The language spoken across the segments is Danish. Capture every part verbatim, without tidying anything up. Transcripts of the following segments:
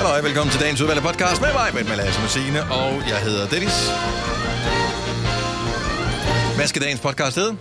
Halløj, velkommen til dagens udvalgte podcast med mig, med Lasse Massine, og jeg hedder Dennis. Hvad skal dagens podcast hedde?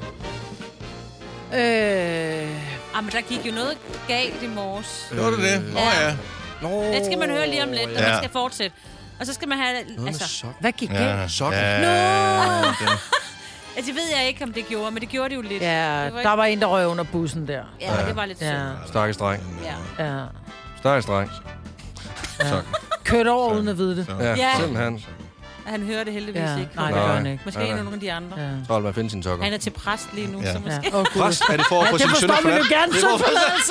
Øh... Ah, men der gik jo noget galt i morges. Gjorde du det? Åh oh, ja. Nå, Det skal man høre lige om lidt, og ja. man skal fortsætte. Og så skal man have... Altså, hvad gik Ja, galt? sokken. Ja, Nå! den- altså, det ved jeg ikke, om det gjorde, men det gjorde det jo lidt. Ja, Det var der ikke- var en, der røg under bussen der. Ja, det var lidt Ja. synd. Stakkels dreng. Ja. Ja. Stakkels dreng. Sokken. Kørt over uden at vide det. Ja, Ja. simpelthen. Han hører det heldigvis Ja. ikke. Nej, det gør han ikke. Måske Nej, en nej. af nogle af de andre. Ja. Så holder man at finde sine sokker. Han er til præst lige nu, Ja. så måske... Ja. Oh, Gud. Præst, er det for at Ja, få det sin forstår sønder man jo forladt? gerne, Det er for- søndforladelse.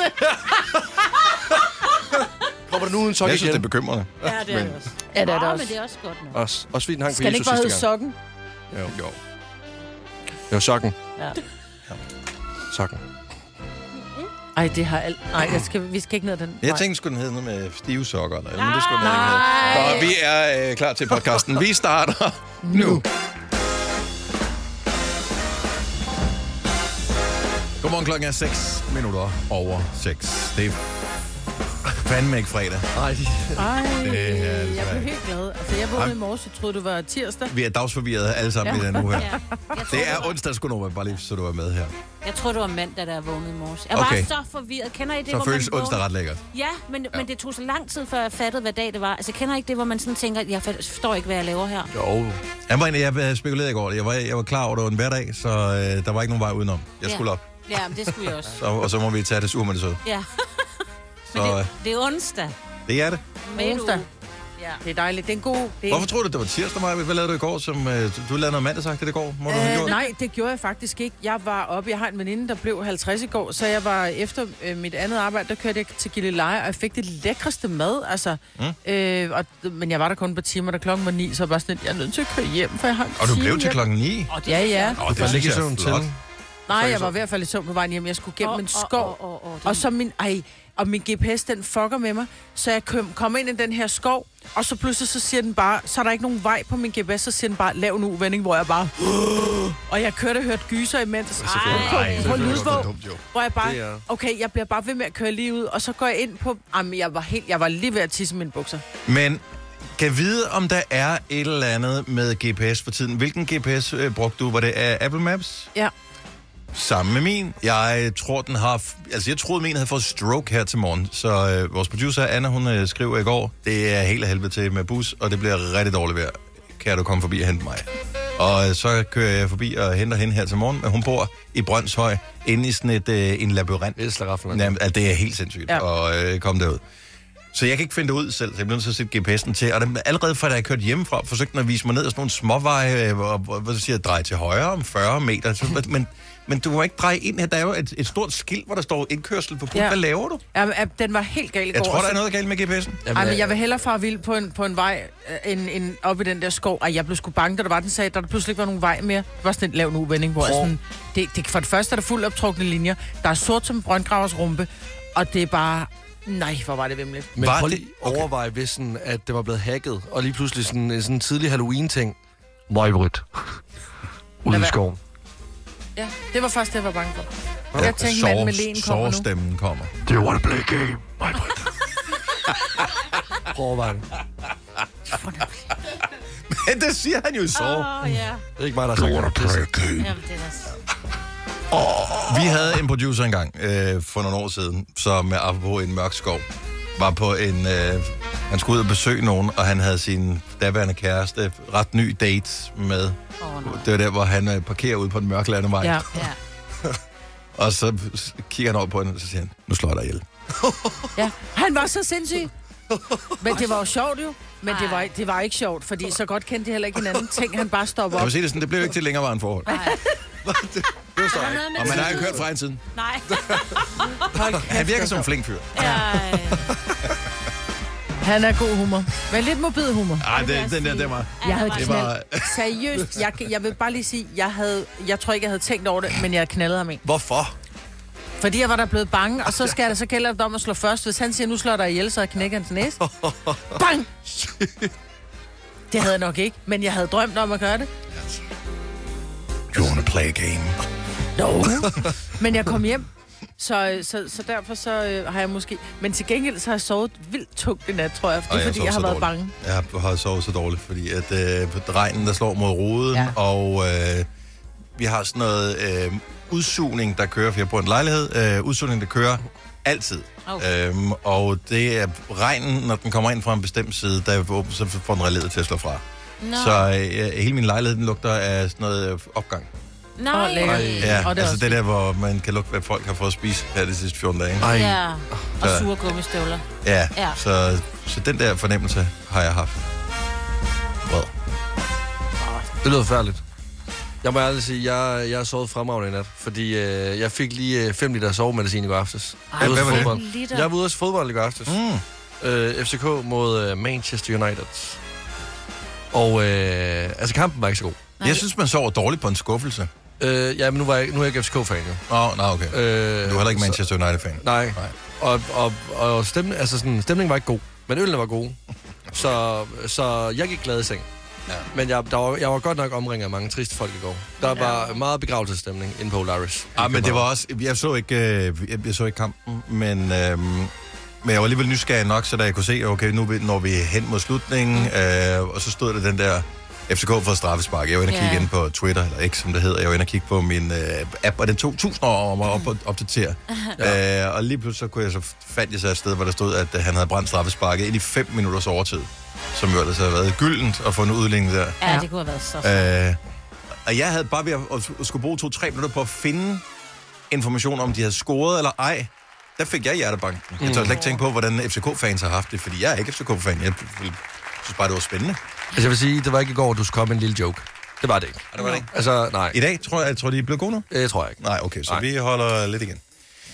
Kommer der nu en sok Jeg synes, det er igen? bekymrende. Ja, det er Men- det også. Ja, det er det Åh, også. men det er også godt nok. Også, også fordi den hang på Skal den Jesus ikke bare hedde sidste gang. sokken? Jo. Jo, sokken. Ja. Sokken. Ej, det har alt... Nej, jeg skal, vi skal ikke ned ad den. Jeg vej. tænkte, skulle den hedde noget med stive sokker, eller men Nej. det skulle den ikke hedde. Og vi er øh, klar til podcasten. Vi starter nu. Godmorgen, klokken er seks minutter over seks. Det er fandme ikke fredag. Nej, Ej, Det er jeg altså blev ikke. helt glad. Altså, jeg vågnede i morges, og troede, det var tirsdag. Vi er dagsforvirrede alle sammen Ja. i den uge her. Ja. Jeg tror, Det er var- onsdagsskonomer, bare lige så du er med her. Jeg tror, det var mandag, der vågnede i morges. Jeg var Okay. så forvirret. Kender I det, Så hvor føles man onsdag vågner- ret lækkert. Ja, men, ja, men det tog så lang tid, før jeg fattede, hvad dag det var. Altså, kender I ikke det, hvor man sådan tænker, jeg forstår ikke, hvad jeg laver her? Jo. Jeg var, jeg spekulerede i går. Jeg var, jeg var klar over, at det var en hverdag, så øh, der var ikke nogen vej udenom. Jeg Ja. skulle op, Ja, men det skulle jeg også. så, og så må vi tage det sur med det søde. Ja. Så Men øh, det, det er onsdag. det er det. Med Onsdag. Ja. Det er dejligt. Det er en god... Det er Hvorfor tror du, det var tirsdag, Maja? Hvad lavede du i går? Som, øh, du lavede noget mandagsagtigt i går? Må du have Øh, gjort? nej, det gjorde jeg faktisk ikke. Jeg var oppe. Jeg har en veninde, der blev halvtreds i går, så jeg var efter øh, mit andet arbejde, der kørte jeg til Gilleleje, og jeg fik det lækreste mad. Altså, Mm. øh, og, men jeg var der kun et par timer, da klokken var ni, så jeg var sådan lidt, jeg er nødt til at køre hjem, for jeg har en Og du time blev til hjem. klokken ni? Og det Ja, ja. Åh, Du faldt ikke i søvn til. Nej, Så jeg jeg var så- i hvert fald i søvn på vejen hjem. Jeg skulle gennem Åh, en åh, skov. åh, åh, åh, det- Og så min, ej, og min G P S, den fucker med mig. Så jeg kom, kom ind i den her skov, og så pludselig så siger den bare, så er der ikke nogen vej på min G P S, så siger den bare, lav en uvending, hvor jeg bare, og jeg kørte og hørte gyser imens. Ej, på, på lydbog, dumt, jo. hvor jeg bare, Det er- okay, jeg bliver bare ved med at køre lige ud, og så går jeg ind på, jamen, jeg var helt, jeg var lige ved at tisse mine bukser. Men kan vide, om der er et eller andet med G P S for tiden. Hvilken G P S øh, brugte du? Var det af Apple Maps? Ja. Sammen med min. Jeg tror, den har... Altså, jeg troede, min havde fået stroke her til morgen. Så øh, vores producer, Anna, hun øh, skriver i går, det er helt af helvede til med bus, og det bliver rigtig dårligt vejr. Kan du komme forbi og hente mig? Og øh, så kører jeg forbi og henter hende her til morgen, men hun bor i Brøndshøj, inde i sådan et, øh, en labyrint. Det er slaraffel. Jamen, altså, det er helt sindssygt Ja. at øh, komme derud. Så jeg kan ikke finde det ud selv, så jeg bliver nødt til at sætte G P S'en til. Og den, allerede fra da jeg kørte hjemmefra, forsøgte den at vise mig ned ad sådan nogle småveje, øh, hvor, hvor, hvor du siger, drej til højre om fyrre meter. Så, men, men du må ikke dreje ind her. Der er jo et, et stort skilt, hvor der står indkørsel på Ja. Hvad laver du? Jamen, at den var helt gal i går. Jeg tror, der er så- noget galt med G P S'en. Ej, men jeg vil hellere fare vild på en, på en vej, øh, end, end op i den der skov. Ej, jeg blev sgu bange, da der var, den sagde, der der pludselig ikke var nogen vej mere. Det var sådan en lav uvending, hvor jeg sådan, det, det, for det første er der fuldt optrukne linjer. Der er sort som brøndgravers rumpe, og det er bare... Nej, hvor var det vimmeligt. Men Var prøv det- lige okay. overveje, hvis sådan, at det var blevet hacket, og lige pludselig sådan en sådan tidlig Halloween-ting. Majbrit. Ude i være. skoven. Ja, det var først det, jeg var bange for. Jeg tænkte, manden med lægen kommer nu. Sårstemmen kommer. Do you want to play a game, Majbrit? Prøv at overveje det. Men det siger han jo i sår. Åh, ja. Det er ikke mig, der har sagt det. game. Jamen, det er da... Vi havde en producer engang øh, for nogle år siden, som apropos en mørk skov, var på en... Øh, han skulle ud og besøge nogen, og han havde sin daværende kæreste ret ny date med. Åh, nej. Det var der, hvor han øh, parkerer ud på en mørk landevej. Ja. Ja. Og så kigger han over på hende, og så siger han, nu slår jeg dig ihjel. Ja, han var så sindssyg. Men det var jo sjovt jo. Men det Ej. var, det var ikke sjovt, fordi så godt kendte de heller ikke hinanden. Tænk, han bare stopper Jeg op. vil sige det sådan, det blev ikke til længerevarende forhold. Nej. Det var så Er der ikke. noget med Og man har jo tid? kørt fra en siden. Nej. Han virker som en flink fyr. Ja. Han er god humor. Men lidt morbid humor. Ej, Det vil det, jeg den der, sige. det var... Jeg havde Det knald. var... Seriøst, jeg, jeg vil bare lige sige, jeg havde, jeg tror ikke, jeg havde tænkt over det, men jeg knaldede ham ind. Hvorfor? Fordi jeg var der blevet bange, og så skal der så gælder det om at slå først. Hvis han siger, nu slår jeg dig ihjel, så knækker hans næse. Bang! Det havde jeg nok ikke, men jeg havde drømt om at gøre det. You wanna play a game? No. Men jeg kom hjem, Så, så, så derfor så øh, har jeg måske... Men til gengæld så har jeg sovet vildt tungt i nat, tror jeg. Det er, fordi jeg har været dårligt. bange. Jeg har sovet så dårligt, fordi at øh, regnen, der slår mod ruden, ja. og øh, vi har sådan noget øh, udsugning, der kører, for jeg bor i en lejlighed, øh, udsugning, der kører altid. Okay. Øhm, og det er regnen, når den kommer ind fra en bestemt side, der åbner, så får den relæet til at slå fra. No. Så øh, hele min lejlighed, den lugter af sådan noget opgang. Nej. Oh, ja, og det altså det der, hvor man kan lugte, hvad folk har fået at spise her de sidste fjorten dage. Ej. Ja, og sure gummistøvler. Ja, ja. Så, så den der fornemmelse har jeg haft. Hvad? Det lyder færdigt. Jeg må ærligt sige, jeg, jeg har sovet fremragende i nat, fordi øh, jeg fik lige øh, fem liter sovemedicin i går aftes. Ej, hvad var det? Jeg var ude hos fodbold i går aftes. Mm. Øh, F C K mod øh, Manchester United. Og øh, altså kampen var ikke så god. Nej. Jeg synes, man sover dårligt på en skuffelse. Øh, ja, men nu, var jeg, nu er jeg ikke F C K-fan jo. Åh, oh, nej, okay. Øh, du er heller ikke Manchester United-fan. Nej, nej. Og, og, og stemning, altså sådan, stemningen var ikke god, men ølene var gode. Så, så jeg gik glad i seng. Ja. Men jeg, der var, jeg var godt nok omringet af mange triste folk i går. Der ja. var meget begravelsesstemning inde på Olaris. Ah, men det var også... Jeg så ikke, jeg, jeg så ikke kampen, men... Øhm, men jeg var alligevel nysgerrig nok, så da jeg kunne se, okay, nu når vi er hen mod slutningen, mm. øh, og så stod der den der F C K for straffespark. Jeg var inde og kigge yeah. ind på Twitter, eller ikke som det hedder. Jeg var inde og kigge på min øh, app, og den tog tusind år om at op og opdatere. ja. øh, og lige pludselig så kunne jeg så fandt jeg så et sted, hvor der stod, at han havde brændt straffesparket ind i fem minutters overtid. Som jo ellers havde været gyldent at få en udligning der. Ja, det kunne have været så. Øh, og jeg havde bare ved at skulle bruge to-tre minutter på at finde information om, de havde scoret eller ej. Der fik jeg hjertebanken. Mm. Jeg tør slet ikke tænke på, hvordan F C K-fans har haft det, fordi jeg er ikke F C K-fan. Jeg synes bare, det var spændende. Altså jeg vil sige, det var ikke i går, du skulle komme en lille joke. Det var det ikke. Ja, det var det ikke. Altså, nej. I dag tror jeg, jeg tror, de er blevet gode nu? Det tror jeg ikke. Nej, okay, så nej. Vi holder lidt igen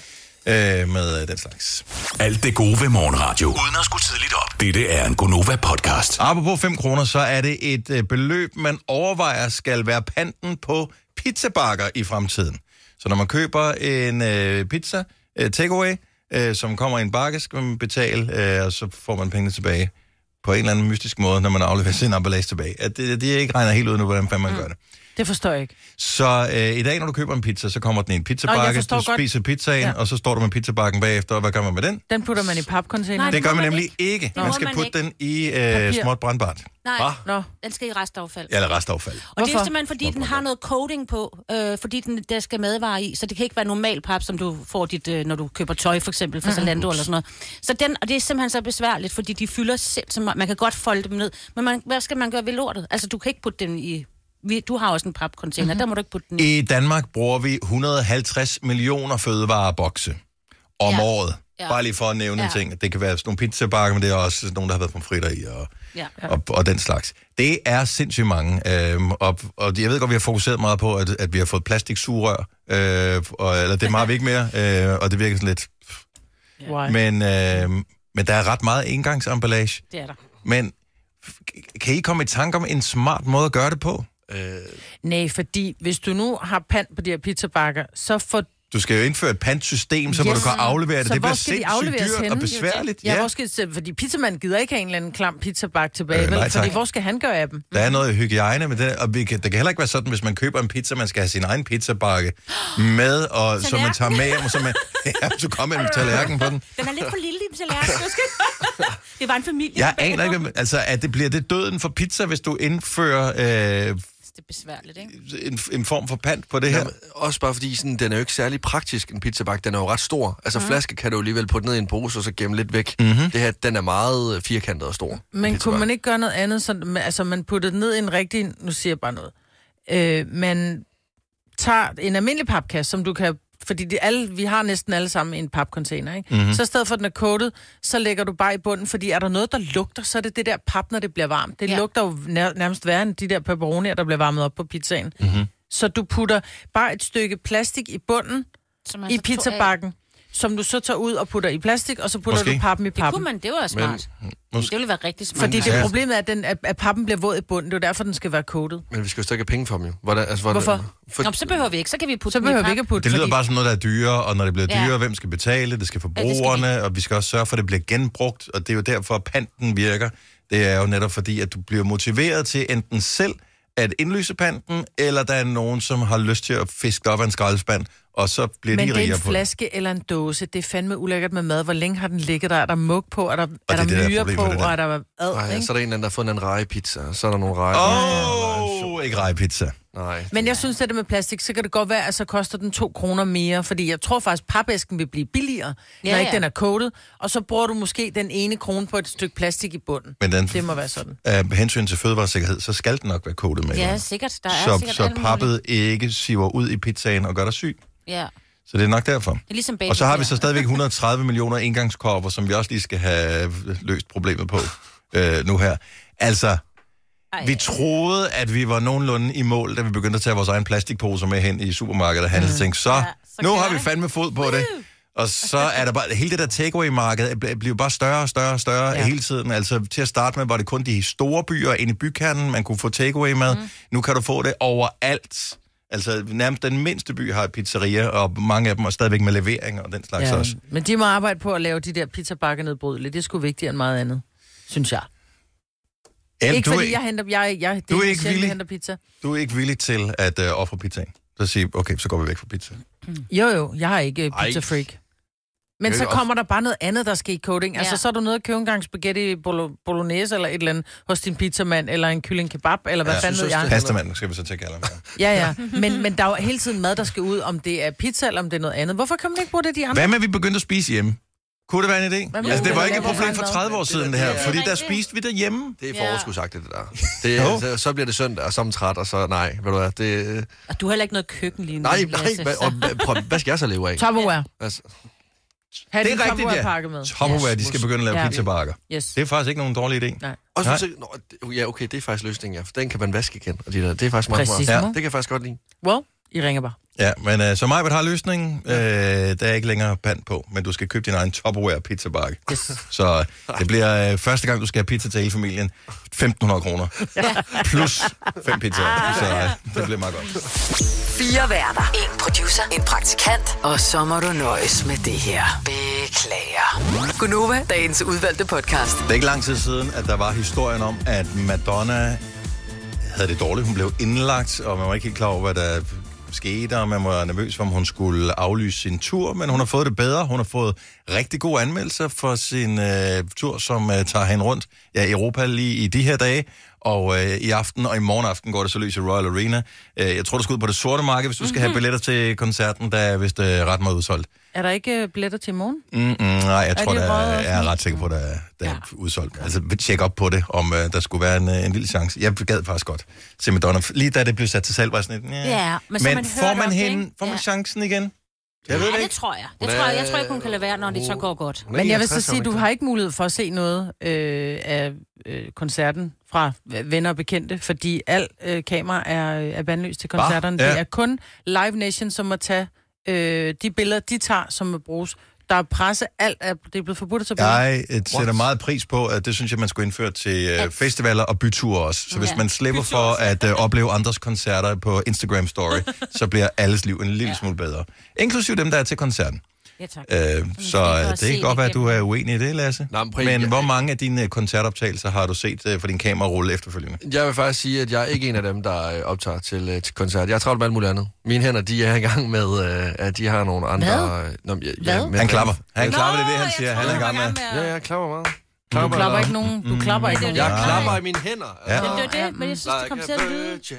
øh, med den slags. Alt det gode ved morgenradio, uden at skulle tidligt op. Dette er en Gonova-podcast. Apropos fem kroner, så er det et øh, beløb, man overvejer skal være panten på pizzabakker i fremtiden. Så når man køber en øh, pizza, øh, takeaway, øh, som kommer i en bakke, skal man betale, øh, og så får man pengene tilbage på en eller anden mystisk måde, når man afleverer sin emballage tilbage. At det, det ikke regner helt ud nu, hvordan man mm. gør det. Det forstår jeg ikke. Så øh, i dag, når du køber en pizza, så kommer den i en pizzabakke, du godt. spiser pizzaen, ja. og så står du med pizzabakken bagefter, og hvad gør man med den? Den putter man i papcontainer. Nej, det gør man nemlig ikke. ikke. Man skal man putte ikke. den i øh, småt brandbart. Nej, Nå. den skal i restaffald. Ja, eller restaffald. Og Hvorfor? Det er simpelthen, fordi den har noget coating på, øh, fordi den, der skal madvarer i, så det kan ikke være normal pap, som du får, dit, øh, når du køber tøj, for eksempel, fra Zalando eller sådan noget. Så den, og det er simpelthen så besværligt, fordi de fylder sindssygt meget. Man kan godt folde dem ned, men man, hvad skal man gøre ved lortet? Altså, du kan ikke putte dem i... Vi, du har også en papcontainer, mm-hmm. der må du ikke putte den i. I Danmark bruger vi et hundrede og halvtreds millioner fødevarebokse om ja. året. Ja. Bare lige for at nævne ja. en ting. Det kan være sådan nogle pizzabakker, men det er også nogen, der har været pomfritter i og, ja. og, og den slags. Det er sindssygt mange. Øhm, og, og jeg ved godt, vi har fokuseret meget på, at, at vi har fået plastiksugerør. Øh, og, eller det har vi ikke mere, øh, og det virker sådan lidt... Why? Men, øh, men der er ret meget engangsemballage. Det er der. Men kan I komme i tanke om en smart måde at gøre det på? Øh... Nej, fordi hvis du nu har pant på de her pizzabakker, så får... Du skal jo indføre et pantsystem, så yes. må du kan aflevere det. Så det bliver sindssygt de dyrt henne? Og besværligt. Ja, ja. Hvor skal, fordi pizzamanden gider ikke have en eller anden klam pizzabakke tilbage, øh, nej, fordi hvor skal han gøre af dem? Der er noget hygiejne med det, og vi kan, det kan heller ikke være sådan, hvis man køber en pizza, man skal have sin egen pizzabakke med, og så man tager med, og så man, ja, så kommer man med tallerken på den. Den er lidt for lille, din tallerken. Det var en familie. Jeg aner ikke, altså, at det bliver det døden for pizza, hvis du indfører... Øh, det er besværligt, ikke? En, en form for pant på det her. Jamen, også bare fordi, sådan, den er jo ikke særlig praktisk, en pizzabakke. Den er jo ret stor. Altså, mm. flaske kan du alligevel putte ned i en pose, og så gemme lidt væk. Mm-hmm. Det her, den er meget firkantet og stor. Men kunne man ikke gøre noget andet? Så, altså, man putter den ned i en rigtig... Nu siger jeg bare noget. Øh, man tager en almindelig papkasse, som du kan... Fordi de alle, vi har næsten alle sammen en papcontainer, ikke? Mm-hmm. Så i stedet for, at den er kodet, så lægger du bare i bunden, fordi er der noget, der lugter, så er det det der pap, når det bliver varmt. Det ja. lugter jo nær, nærmest værre end de der pepperonier, der bliver varmet op på pizzaen. Mm-hmm. Så du putter bare et stykke plastik i bunden i pizzabakken, som du så tager ud og putter i plastik, og så putter Måske. du pappen i pappen. Det kunne man, det var smart. Men, det ville være rigtig smart. Fordi det problemet er, at, den, at pappen bliver våd i bunden. Det er derfor, den skal være kodet. Men vi skal jo stadig have penge for dem, jo. Hvordan, altså, hvordan, Hvorfor? For... Nå, så behøver vi ikke. Så kan vi putte så behøver vi ikke at putte. Det lyder fordi... bare som noget, der er dyre, og når det bliver dyrere, ja. hvem skal betale? Det skal forbrugerne, ja, det skal og vi skal også sørge for, at det bliver genbrugt, og det er jo derfor, at panten virker. Det er jo netop fordi, at du bliver motiveret til enten selv at indlyse panten, eller der er nogen, som har lyst til at fiske op af en skraldespand, og så bliver Men de det er rigere en på det. flaske eller en dåse. Det er fandme ulækkert med mad. Hvor længe har den ligget der? Er der mug på? Er der, er det er det, der der er myrer problemet på? med det der. Og er der ad, Ej, ikke? så er der en eller anden, der har fundet en rejepizza, og så er der nogle reje. Åh, oh, ikke rejepizza. Nej. Men jeg synes, at det med plastik, så kan det godt være, at så koster den to kroner mere, fordi jeg tror faktisk, papæsken vil blive billigere, ja, når ikke ja. den er coated, og så bruger du måske den ene krone på et stykke plastik i bunden. Men den, Det må være sådan. af hensyn til fødevaresikkerhed, så skal den nok være kodet med. Ja, noget. sikkert. Der er så sikkert så alt muligt. pappet ikke siver ud i pizzaen og gør dig syg. Ja. Så det er nok derfor. Det er ligesom bacon. Og så har vi så stadigvæk et hundrede og tredive millioner engangskopper, som vi også lige skal have løst problemet på øh, nu her. Altså, Ej, vi troede, at vi var nogenlunde i mål, da vi begyndte at tage vores egen plastikposer med hen i supermarkedet og handle. Mm. Tænkte, så, Ja, ja, så nu kører har vi det. fandme fod på det. Og så er der bare, hele det der takeaway-marked bl- bliver bare større og større og større ja. hele tiden. Altså til at starte med var det kun de store byer inde i bykernen, man kunne få takeaway med. Mm. Nu kan du få det overalt. Altså nærmest den mindste by har et pizzeria, og mange af dem er stadigvæk med levering og den slags Ja, også. men de må arbejde på at lave de der pizzabakker nedbrydelige. Det er sgu vigtigere end meget andet, synes jeg. El, Ikke du, fordi er, jeg henter, jeg, jeg, det Du er er ikke sjældent, villig? jeg henter pizza. du er ikke villig til at øh, ofre pizzaen. Så sige, okay, så går vi væk fra pizza. Jo, jo, jeg har ikke Ej. pizza freak. Men Det er så jo kommer der bare noget andet, der skal i coating. Altså, Ja. så er du nede og købe en gang spaghetti bolo- bolognese eller et eller andet hos din pizzamand, eller en kylling kebab, eller hvad Ja, ja, fanden ved synes, jeg. det- Pastamanden skal vi så til at kalde ham. Ja, ja. Men, men der er jo hele tiden mad, der skal ud, om det er pizza, eller om det er noget andet. Hvorfor kan man ikke bruge det, de andre? Hvad med, at vi begyndte at spise hjemme? Kunne det være en idé? Hvad med, Altså, det at var vi ikke et laver problem for mad? tredive år siden, det her. er Fordi der rigtigt. spiste vi derhjemme. Det er Ja. forårskudsagtigt, det der. Det Jo. er, så, så bliver det søndag, og så er man træt, og så nej, ved du hvad, det... Og du har heller ikke noget køkken lige nu. Nej, nej, Lasse, hvad, så- og, hvad- prøv, hvad skal jeg så leve af? Tupperware. Altså, Ha' Det er din rigtigt, ja. Tupperware-pakke med. Tupperware, de skal begynde at lave Ja. pizzabakker. Yes. Det er faktisk ikke nogen dårlig idé. Nej. også Nej. for, nå, det- ja, okay, det er faktisk løsningen, ja. For den kan man vaske igen, og de der, det er faktisk meget Præcis. smart. Ja. Det kan jeg faktisk godt lide. Well, I ringer bare. Ja, men uh, så Majbert har løsningen. Uh, der er ikke længere pant på, men du skal købe din egen Tupperware pizzabakke. Yes. Så det bliver uh, første gang, du skal have pizza til hele familien. femten hundrede kroner. Plus fem pizzaer. Så uh, det bliver meget godt. Fire værter. En producer. En praktikant. Og så må du nøjes med det her. Beklager. Gunova, dagens udvalgte podcast. Det er ikke lang tid siden, at der var historien om, at Madonna havde det dårligt. Hun blev indlagt, og man var ikke helt klar over, hvad der skete, og man var nervøs for, om hun skulle aflyse sin tur, men hun har fået det bedre. Hun har fået rigtig gode anmeldelser for sin øh, tur, som øh, tager hende rundt ja, Europa lige i de her dage, og øh, i aften og i morgen aften går det så løs i Royal Arena. Øh, jeg tror, du skal ud på det sorte marked, hvis du skal Mhm. have billetter til koncerten, der er vist øh, ret meget udsolgt. Er der ikke øh, billetter til i morgen? Mm, mm, nej, jeg tror, de der, røget og jeg er sådan? ret sikker på, at der, der er Ja. udsolgt. Altså, vi tjekker op på det, om uh, der skulle være en, uh, en lille chance. Jeg gad faktisk godt se Madonna. Lige da det blev sat til salg, var jeg sådan lidt, yeah. Ja, men så men man får hørt man om det, hende, ikke? får man Ja. chancen igen? Jeg ved Ja, det det ikke. tror jeg. Det Hun tror jeg. er- Jeg tror ikke, hun kan lade være, når det så går godt. Hun er Men jeg vil så enogtres, sige, om du ikke har det? ikke mulighed for at se noget øh, af øh, koncerten fra venner og bekendte, fordi al øh, kamera er, er bandløst til koncerterne. Ja. Det er kun Live Nation, som må tage øh, de billeder, de tager, som må bruges. Der er presse, alt er, det er blevet forbudt at tage billeder. Jeg øh, sætter meget pris på, at det synes jeg, man skulle indføre til uh, festivaler og byture også. Så hvis Ja. man slipper for at uh, opleve andres koncerter på Instagram Story, så bliver alles liv en lille smule bedre. Inklusiv dem, der er til koncerten. Ja, tak. Uh, så for uh, at det se kan det godt være, at du igennem. er uenig i det, Lasse. Nej, men prøv- men jeg- hvor mange af dine koncertoptagelser har du set uh, for din kamerarulle efterfølgende? Jeg vil faktisk sige, at jeg er ikke en af dem, der øh, optager til, øh, til koncert. Jeg har travlt med alt muligt andet. Mine hænder, de er i gang med, øh, at de har nogle andre... Hvad? Øh, nå, ja, Hvad? med- Han klapper. Han Ja. klapper, det er det, han jeg siger. Han troede, er i du gang var med. Ja, jeg klapper meget. Du klapper eller- ikke nogen. Du klapper ikke det er nogen. jo Jeg Nej. klapper i mine hænder. Ja. Det er det, men jeg synes, det kom til at lyde. virgin.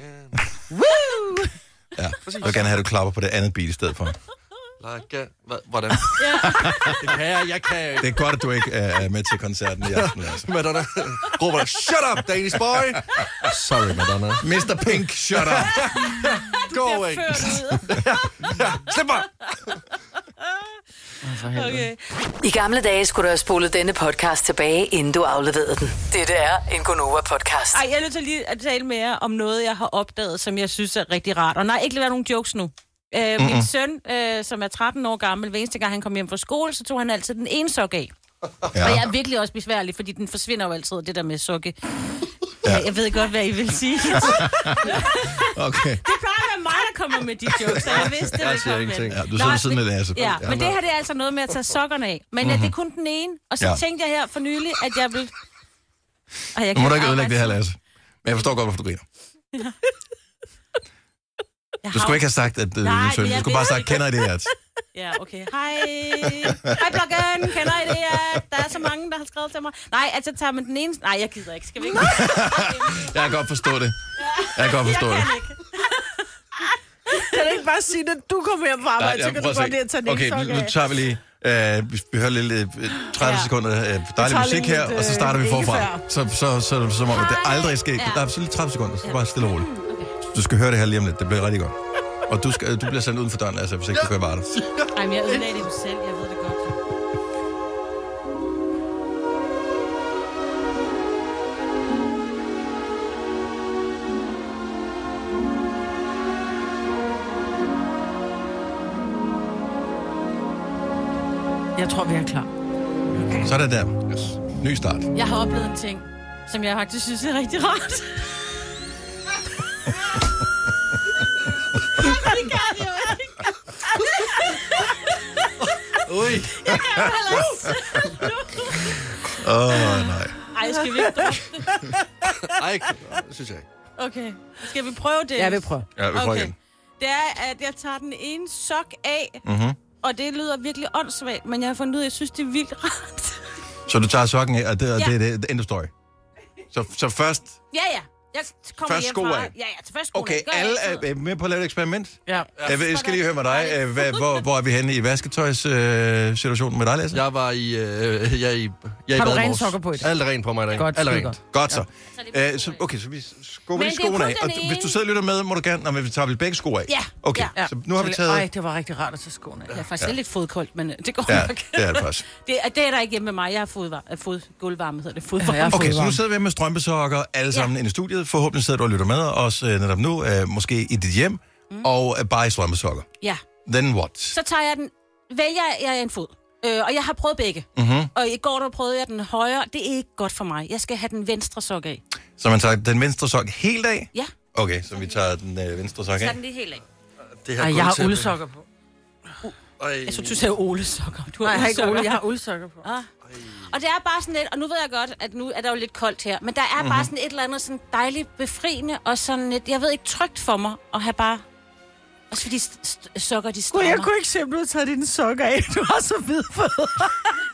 Ja. Jeg vil gerne have, at du klapper på det andet beat i stedet for. Like a... Hva- Hvordan? Det kan jeg, jeg kan Det er godt, at du ikke er med til koncerten i aften, Lasse. Madonna råber der, shut up, Danish boy! Sorry, Madonna. mister Pink, shut up. Go away. Slip mig! Okay. I gamle dage skulle du have spolet denne podcast tilbage, inden du afleverede den. Dette er en Gunova-podcast. Ej, jeg er nødt til lige at tale med jer om noget, jeg har opdaget, som jeg synes er rigtig rart. Og nej, ikke lade være nogen jokes nu. Øh, mm-hmm. Min søn, øh, som er tretten år gammel, hver eneste gang han kom hjem fra skole, så tog han altid den ene sok af. Ja. Og jeg er virkelig også besværlig, fordi den forsvinder jo altid, det der med sokke. Ja. Jeg ved godt, hvad I vil sige. Okay. Det plejer at være mig, der kommer med de jokes, så jeg vidste, det Jeg ville siger komme ingenting. med. Ja, du sidder ved siden af Lasse. Ja, men det her det er altså noget med at tage sokkerne af. Men mm-hmm. ja, det er kun den ene. Og så Ja. ja. tænkte jeg her for nylig, at jeg vil... Ej, jeg Nu må kan du ikke ødelægge det her, arbejde- Lasse. Men jeg forstår godt, hvorfor du griner. Jeg Du skulle ikke have sagt, at du Nej, synes. Du jeg skulle bare ved have sagt, kender I det, at... Ja, okay. Hej. Hej, bloggen. Kender I det? At der er så mange, der har skrevet til mig. Nej, altså tager man den ene... Nej, jeg gider ikke. Skal vi ikke? Jeg kan godt forstå det. Jeg kan godt forstå jeg det. kan ikke. Kan du ikke bare sige, at du kommer hjem fra arbejde, så kan du godt lide at tage den Okay, ene sok nu af? tager vi lige... Uh, vi, vi hører lidt uh, tredive Ja. sekunder uh, dejlig tager musik lige her, lidt, og så starter vi øh, forfra. ingefær. Så, så, så, så, som om at det Hej. aldrig er sket. Ja. Der er så lige tredive sekunder, så bare stille og roligt. Okay. Du skal høre det her lige om lidt, det bliver rigtig godt. Og du, skal, du bliver sendt uden for døren, altså hvis ikke du kan være der. Ej, men jeg ødelagde det jo selv. Jeg ved det godt. Jeg tror, vi er klar. Så er det der. Yes. Ny start. Jeg har oplevet en ting, som jeg faktisk synes er rigtig rart. det gør det jo ikke. Ui. Åh, oh, nej. Ej, skal vi ikke droppe det? Ej, det synes jeg ikke. Okay, skal vi prøve det? Jeg vil prøve. Ja, vi prøver Okay. igen. Det er, at jeg tager den ene sok af, Mm-hmm. og det lyder virkelig åndssvagt, men jeg har fundet ud af, at jeg synes, det er vildt rart. Så du tager sokken af, og det, og Ja. det er det, end of story. Så, så først... Ja, ja. Jeg kommer Først hjem sko fra... af. Ja, ja, til først sko Okay, af. Gør alle altid. er med på at lave et eksperiment. Ja. Jeg, vil, jeg skal lige høre med dig. øh, Hvad, hvor, hvor er vi henne i vasketøjssituationen øh, situationen med dig, Lasse? Jeg var i... Øh, jeg er i, jeg er Har i du bad i rene morges. sokker på i dag? Alt er rent på mig i dag. Godt, Alt er skide rent. Godt så. Så er det Øh, så okay, så vi skubber Men lige det er skoene kun af. Og den du- hvis du ene. sidder og lytter med, må du gerne... Nå, men vi tager vel begge sko af? Ja. Okay, Ja. så nu har vi taget... Ej, det var rigtig rart at tage skoene af. Jeg er faktisk ja. lidt fodkoldt, men øh, det går Ja, nok. det er det faktisk. Det, er- det er der ikke hjemme med mig. Jeg har fodvar- øh, fod, gulvvarme, hedder det. Fodvarme. Ja, jeg har Okay, så nu fodvarme. sidder vi med strømpesokker, alle sammen inde i studiet. Forhåbentlig sidder du og lytter med os øh, netop nu, øh, måske i dit hjem, mm. og øh, bare i strømpesokker. Ja. Then what? Så tager jeg den... Vælger jeg en fod. Øh, og jeg har prøvet begge. Mm-hmm. Og i går der prøvede jeg den højre. Det er ikke godt for mig. Jeg skal have den venstre sok af. Så man tager den venstre sok helt af? Ja, Okay, så vi tager den øh, venstre sok tag af. den lige helt af. Det her Ej, jeg har gulvtæppe. uldsokker på. Ej. Jeg synes, du sagde Ole-sokker. Du Nej, har jeg har ikke uldsokker. Ole, jeg har uldsokker på. Ah. Og det er bare sådan lidt, og nu ved jeg godt, at nu er der jo lidt koldt her, men der er Mhm. mm-hmm. bare sådan et eller andet sådan dejligt befriende, og sådan lidt, jeg ved ikke, trygt for mig at have bare... Også fordi st- st- sokker, de Gud, strammer. jeg kunne ikke se, om du havde taget dine sokker af. Du har så hvide fødder.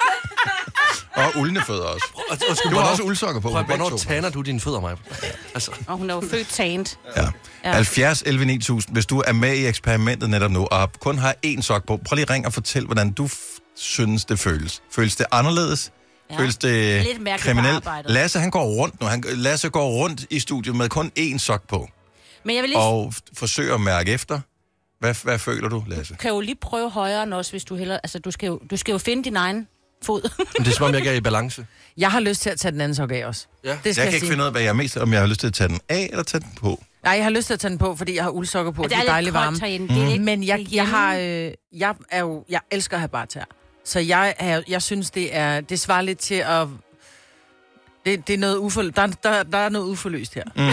Og uldne fødder også. Og, og, Du har også uldsokker på. Prøv, på begge hvornår to. taner du dine fødder, mig? Altså, Og hun er jo født tant. Ja. Ja. halvfjerds elleve ni tusind, hvis du er med i eksperimentet netop nu, og kun har én sok på, prøv lige at ringe og fortæl, hvordan du f- synes, det føles. Føles det anderledes? Ja. Føles det Lidt mærkeligt kriminelt? på arbejdet. Lasse, han går rundt nu. Han, Lasse går rundt i studiet med kun én sok på, Men jeg vil lige... og f- forsøger at mærke efter. Hvad, hvad føler du, Lasse? kan jo lige prøve højere end også, hvis du hellere... Altså, du skal jo, du skal jo finde din egen fod. det er som om, jeg ikke er i balance. Jeg har lyst til at tage den anden sok af også. Ja. Det skal Jeg jeg, kan ikke sige. finde ud af, hvad jeg er mest, om jeg har lyst til at tage den af, eller tage den på. Nej, jeg har lyst til at tage den på, fordi jeg har uldsokker på. Og Det er dejligt varme. herinde. Det er ikke, Men jeg, det er jeg har, hjemme. øh, jeg er jo, jeg elsker at have bartær. Så jeg, er, jeg synes, det er, det svarer lidt til at, det, det er noget uforløst, der, der, der er noget uforløst her. Mm-hmm.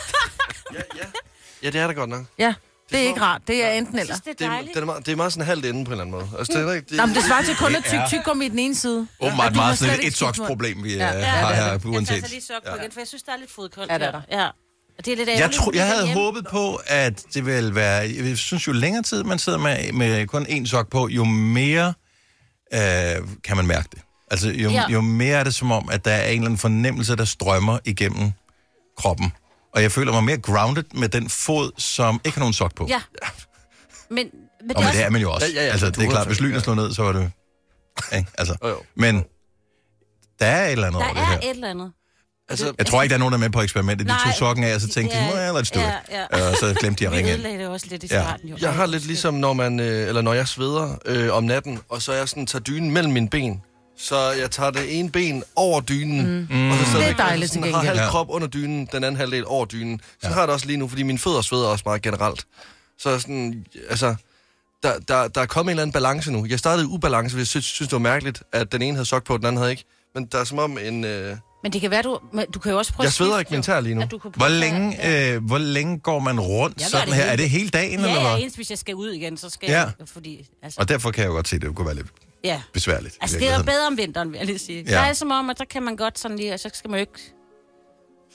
Ja, det er det godt nok. Ja, det er som- ikke rart. Det er enten Jeg eller. synes, det Det er er, dejligt. det, er meget, det er meget sådan halvt inde på en eller anden måde. Altså, det er ikke... Det, Nå, men det svarer til kun at Det er- tyk tyk i den ene side. Åbenbart At du har meget slet sådan et ikke skiftet et-soks-problem, vi Ja. ja. Ja, har det er her, Jeg tager uanset. så lige sok på igen, for jeg synes, der er lidt fodkoldt Ja, det er her. der. Ja. Og det er lidt Jeg, ærgerligt, tro, fordi jeg det er havde hjemme. håbet på, at det ville være... Jeg synes jo længere tid, man sidder med, med kun én sok på, jo mere øh, kan man mærke det. Altså, jo, Ja. jo mere er det som om, at der er en eller anden fornemmelse, der strømmer igennem kroppen. Og jeg føler mig mere grounded med den fod, som ikke har nogen sok på. Ja. Men, men det Og er men det er også... man jo også. Ja, ja, ja, altså, du det er har klart, så- hvis lynet ja. slår ned, så er det... Ikke? Altså, Jo, jo. men der er et eller andet Der over det er her. et eller andet. altså, Jeg tror ikke, der er nogen, der er med på eksperimentet. De Nej. tog sokken af, og så tænkte de, Ja, nå, ja, let's do ja, it. ja. Og så glemte de at Vi ringe ind. ødelagde det også lidt i Ja. starten, jo. jeg har lidt ligesom, når man, øh, eller når jeg sveder øh, om natten, og så jeg sådan tager dynen mellem mine ben. Så jeg tager det ene ben over dynen, mm. og så stadigvæk Det er dejligt sådan, til har gengæld. halv Ja. krop under dynen, den anden halvdel over dynen. Så ja. har jeg det også lige nu, fordi mine fødder sveder også meget generelt. Så sådan, altså, der, der, der er kommet en eller anden balance nu. Jeg startede i ubalance, fordi jeg synes, synes, det var mærkeligt, at den ene havde sok på, og den anden havde ikke. Men der er som om en... Øh... Men det kan være, du... Men du kan jo også prøve Jeg at sveder skifte, ikke min tær lige nu. at du kan Hvor prøve at- længe, Ja. øh, hvor længe går man rundt Jeg gør sådan det her? hele- Er det hele dagen, Ja, eller ja, hvad? eneste, hvis jeg skal ud igen, så skal Ja. jeg... Fordi, altså, Og derfor kan jeg jo godt se, at det kunne være lidt ja. besværligt. i Altså, det er jo virkeligheden. bedre om vinteren, vil jeg lige sige. Ja. Ja. Der er som om, at der kan man godt sådan lige... Og så skal man jo ikke...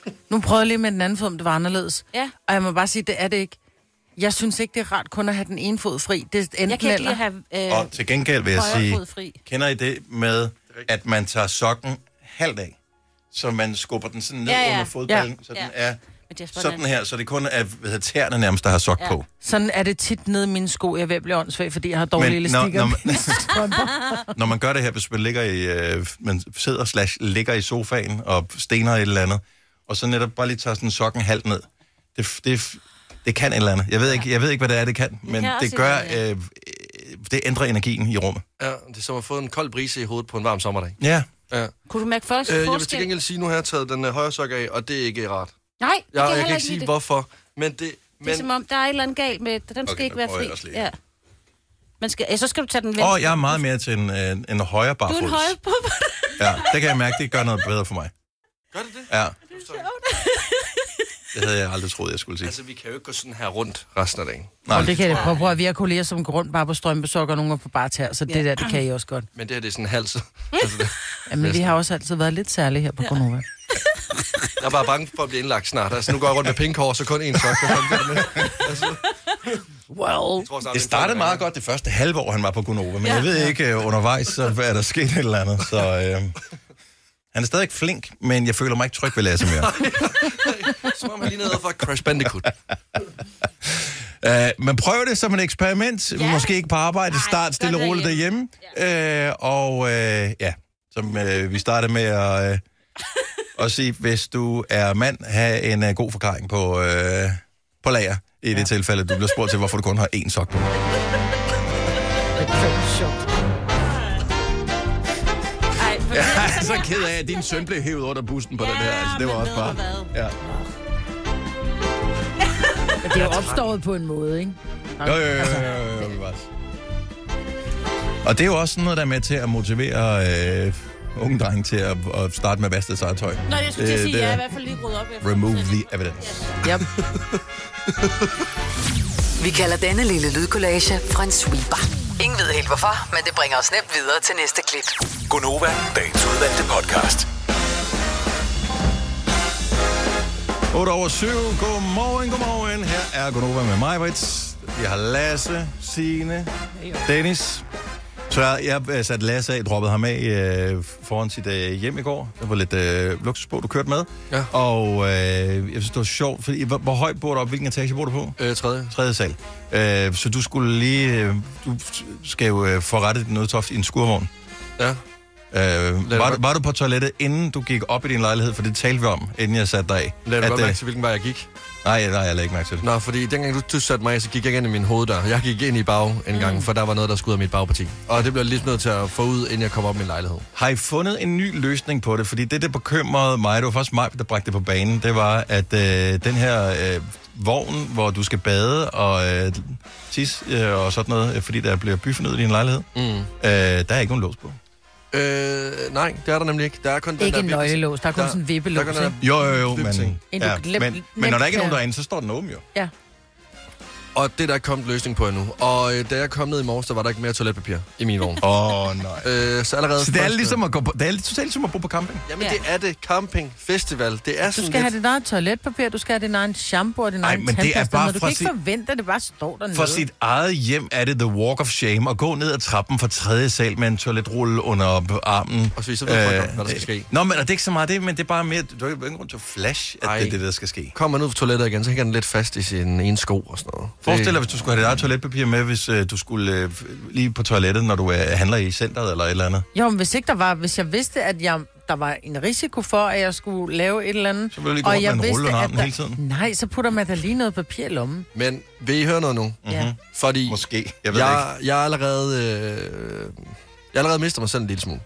Nu prøvede jeg lige med den anden fod, om det var anderledes. Ja. Og jeg må bare sige, det er det ikke. Jeg synes ikke, det er rart kun at have den ene fod fri. Det er enten Jeg kan ikke eller. lige have øh, Og til gengæld vil jeg højre sige, fod fri. kender I det med, at man tager sokken halvt af, så man skubber den sådan ned Ja, ja. under fodballen, Ja. så den Ja. er Men det er sådan her, så det kun er hvad hedder, tæerne nærmest, der har sok Ja. på. Sådan er det tit nede i mine sko. Jeg er ved at blive åndssvag, fordi jeg har dårlige Men når- elastikker. når i man- mine strømper. Når man gør det her, hvis man ligger i, øh, man sidder slash ligger i sofaen og stener et eller andet, og så netop bare lige tager sådan sokken halvt ned. Det, det, det kan et eller andet. Jeg ved ikke, jeg ved ikke hvad det er, det kan, men kan det også gør, være, ja. øh, det ændrer energien i rummet. Ja, det er som at få en kold brise i hovedet på en varm sommerdag. Ja. Ja. Kunne du mærke først Øh, jeg vil til forskel? gengæld sige, nu har jeg taget den øh, højre sok af, og det er ikke rart. Nej, det Jeg, kan jeg heller kan ikke ikke sige, lide det. hvorfor, men det... Det Men, er som om, der er et eller andet galt med, den skal Okay, ikke nu være prøver jeg fri. også lige. Ja. Man skal, ja, så skal du tage den venstre. Og oh, jeg er meget mere til en, en, en højre Du er en barfods. højre på. Ja, det kan jeg mærke, det gør noget bedre for mig. gør det det? Ja. Det havde jeg aldrig troet, jeg skulle sige. Altså, vi kan jo ikke gå sådan her rundt resten af dagen. Nej, Og det kan jeg prøve, prøve. Vi har kolleger, som går rundt bare på strømpesokker, og nogle er på bare tær, så det der, det kan I også godt. Men det her, det er sådan en hals. altså, det, Jamen, vi har også altid været lidt særlige her på Gonova. jeg er bare bange for at blive indlagt snart. Altså, nu går jeg rundt med pink hår, så kun én sok. Altså, Well. tror snart, det er startede en meget godt det første halve år, han var på Gunova, men Ja. jeg ved ikke, uh, undervejs, så er der sket et eller andet. Så uh, han er stadig flink, men jeg føler mig ikke tryg ved Lasse mere. Så må man lige ned for Crash Bandicoot. Uh, men prøv det som et eksperiment. Ja. Måske ikke på arbejde. Nej, Start gør stille og det roligt derhjemme. Uh, og uh, ja, som uh, vi startede med at, uh, at sige, hvis du er mand, have en uh, god forklaring på, uh, på lager. I det tilfælde, du bliver spurgt til, hvorfor du kun har én sok på. Det er sjovt. Ej, for Jeg er så ked af, at din søn blev hævet under bussen på ja, den her. Altså, det var men også ved bare... du hvad? Ja. Men det er jo opstået på en måde, ikke? Jo, jo, jo, jo, jo, jo, jo. Og det er jo også sådan noget, der er med til at motivere øh, unge drenge til at, at starte med vasket sig tøj. Nå, jeg skulle til at Øh, sige, det jeg er er i hvert fald lige ryddet op. efter Remove mig selv. the evidence. Yep. Vi kalder denne lille lydkollage en sweeper. Ingen ved helt hvorfor, men det bringer os nemt videre til næste klip. Gonova, dagens udvalgte podcast. otte over syv. Godmorgen, godmorgen. Her er Gonova med mig, Brits. Vi har Lasse, Signe, Dennis. Så jeg, jeg satte Lasse af, droppede ham af øh, foran sit øh, hjem i går. Der var lidt øh, luksusbåd, du kørte med. Ja. Og øh, jeg synes, det var sjovt, fordi hvor, hvor højt bor du op? Hvilken etage bor du på? Øh, tredje. Tredje sal. Øh, så du skulle lige... Øh, du skal jo øh, forrette din nødtoft i en skurvogn. Ja. Øh, var, du, var du på toilettet, inden du gik op i din lejlighed? For det talte vi om, inden jeg satte dig af. Lad du At, godt øh, mærke til, hvilken vej jeg gik. Nej, nej, jeg lagde ikke mærke til det. Nå, fordi dengang du, du satte mig af, så gik jeg ind i min hoveddør. Jeg gik ind i bag en gang, for der var noget, der skulle ud af mit bagparti. Og det blev jeg lidt nødt til at få ud, inden jeg kom op i min lejlighed. Har I fundet en ny løsning på det? Fordi det, der bekymrede mig, det var først mig, der bragte det på banen, det var, at øh, den her øh, vogn, hvor du skal bade og øh, tisse øh, og sådan noget, øh, fordi der bliver byfornyet i din lejlighed, Mm. øh, der er ikke nogen lås på. Øh, nej, det er der nemlig ikke. Der er kun den Ikke der en vippe- nøglelås, der er kun Der- sådan en vippelås, der er kun ikke? Jo, jo, jo, men, Vipting. En, du ja, glem- men, nemt men når der ikke er kan- nogen derinde, så står den åben jo. Ja. Og det er der ikke kommet løsning på endnu. Og øh, da jeg kom ned i morges, der var der ikke mere toiletpapir i min vogn. Åh, oh, nej. øh, så allerede Så det er første- ligesom at gå på, det er totalt ligesom at bo på camping. Jamen, Ja. det er det. Camping, festival. Det er Du sådan skal have lidt... dit eget toiletpapir, du skal have din egen shampoo og din Ej, egen men det er tandpasta. bare med. Du fra kan ikke sit- forvente, at det bare står dernede. For sit eget hjem er det the walk of shame at gå ned ad trappen fra tredje sal med en toiletrulle under armen. Og så, så ved folk, hvad der skal ske. Nå, men og det er ikke så meget det, men det er bare mere, du har ikke grund til at flash, at Ej. det er det, der skal ske. Kommer man ud fra toilettet igen, så hænger den lidt fast i sin ene sko og sådan noget. Forestil dig, hvis du skulle have dit eget toiletpapir med, hvis øh, du skulle øh, lige på toilettet, når du øh, handler i centret eller et eller andet. Jo, men hvis ikke der var, hvis jeg vidste, at jeg, der var en risiko for, at jeg skulle lave et eller andet, Så vil du lige gå og rundt jeg med en rulle vidste, under at armen der... hele tiden. Nej, så putter man da lige noget papir i lommen. Men vil I høre noget nu? Ja. Fordi Måske, jeg ved jeg jeg, jeg, er allerede, øh, jeg har allerede mistet mig selv en lille smule.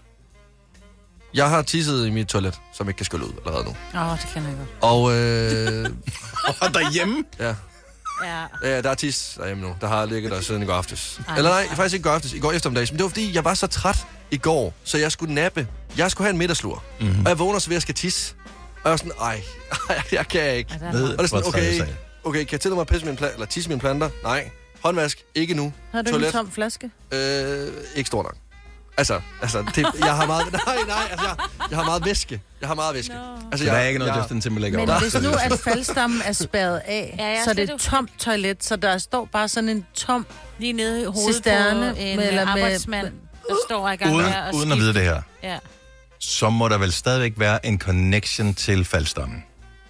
Jeg har tisset i mit toilet, som ikke kan skylle ud allerede nu. Åh, oh, det kan jeg godt. Og øh, ikke. Og derhjemme? ja, Ja. ja, der er tis derhjemme nu. Der har ligget der siden i går aftes. Ej. Eller nej, faktisk ikke i går aftes. I går eftermiddags. Men det var fordi, jeg var så træt i går, så jeg skulle nappe. Jeg skulle have en middagslur. Mm-hmm. Og jeg vågner så ved, at jeg skal tisse. Og jeg var sådan, ej, jeg kan ikke. Ej, der er Ned meget. Og det er sådan, på tredje okay, sal. okay, kan jeg tillade mig at pisse mine planter, eller tisse mine planter? Nej. Håndvask? Ikke nu. Har du ikke en tom flaske? Øh, ikke stor nok. Altså, altså det, jeg har meget... Nej, nej, altså, jeg, jeg har meget væske. Jeg har meget væske. No. Altså, Så der jeg, er ikke noget jeg, Justin Timberlake Men over. hvis nu, at faldstammen er spærret af, Ja, jeg er så er det slet et tomt toilet, så der står bare sådan en tom... Lige nede i hovedet Cisterne på en med- eller med, med- arbejdsmand, der står i gang Uden, med at uden at vide det her, Ja. så må der vel stadigvæk være en connection til faldstammen.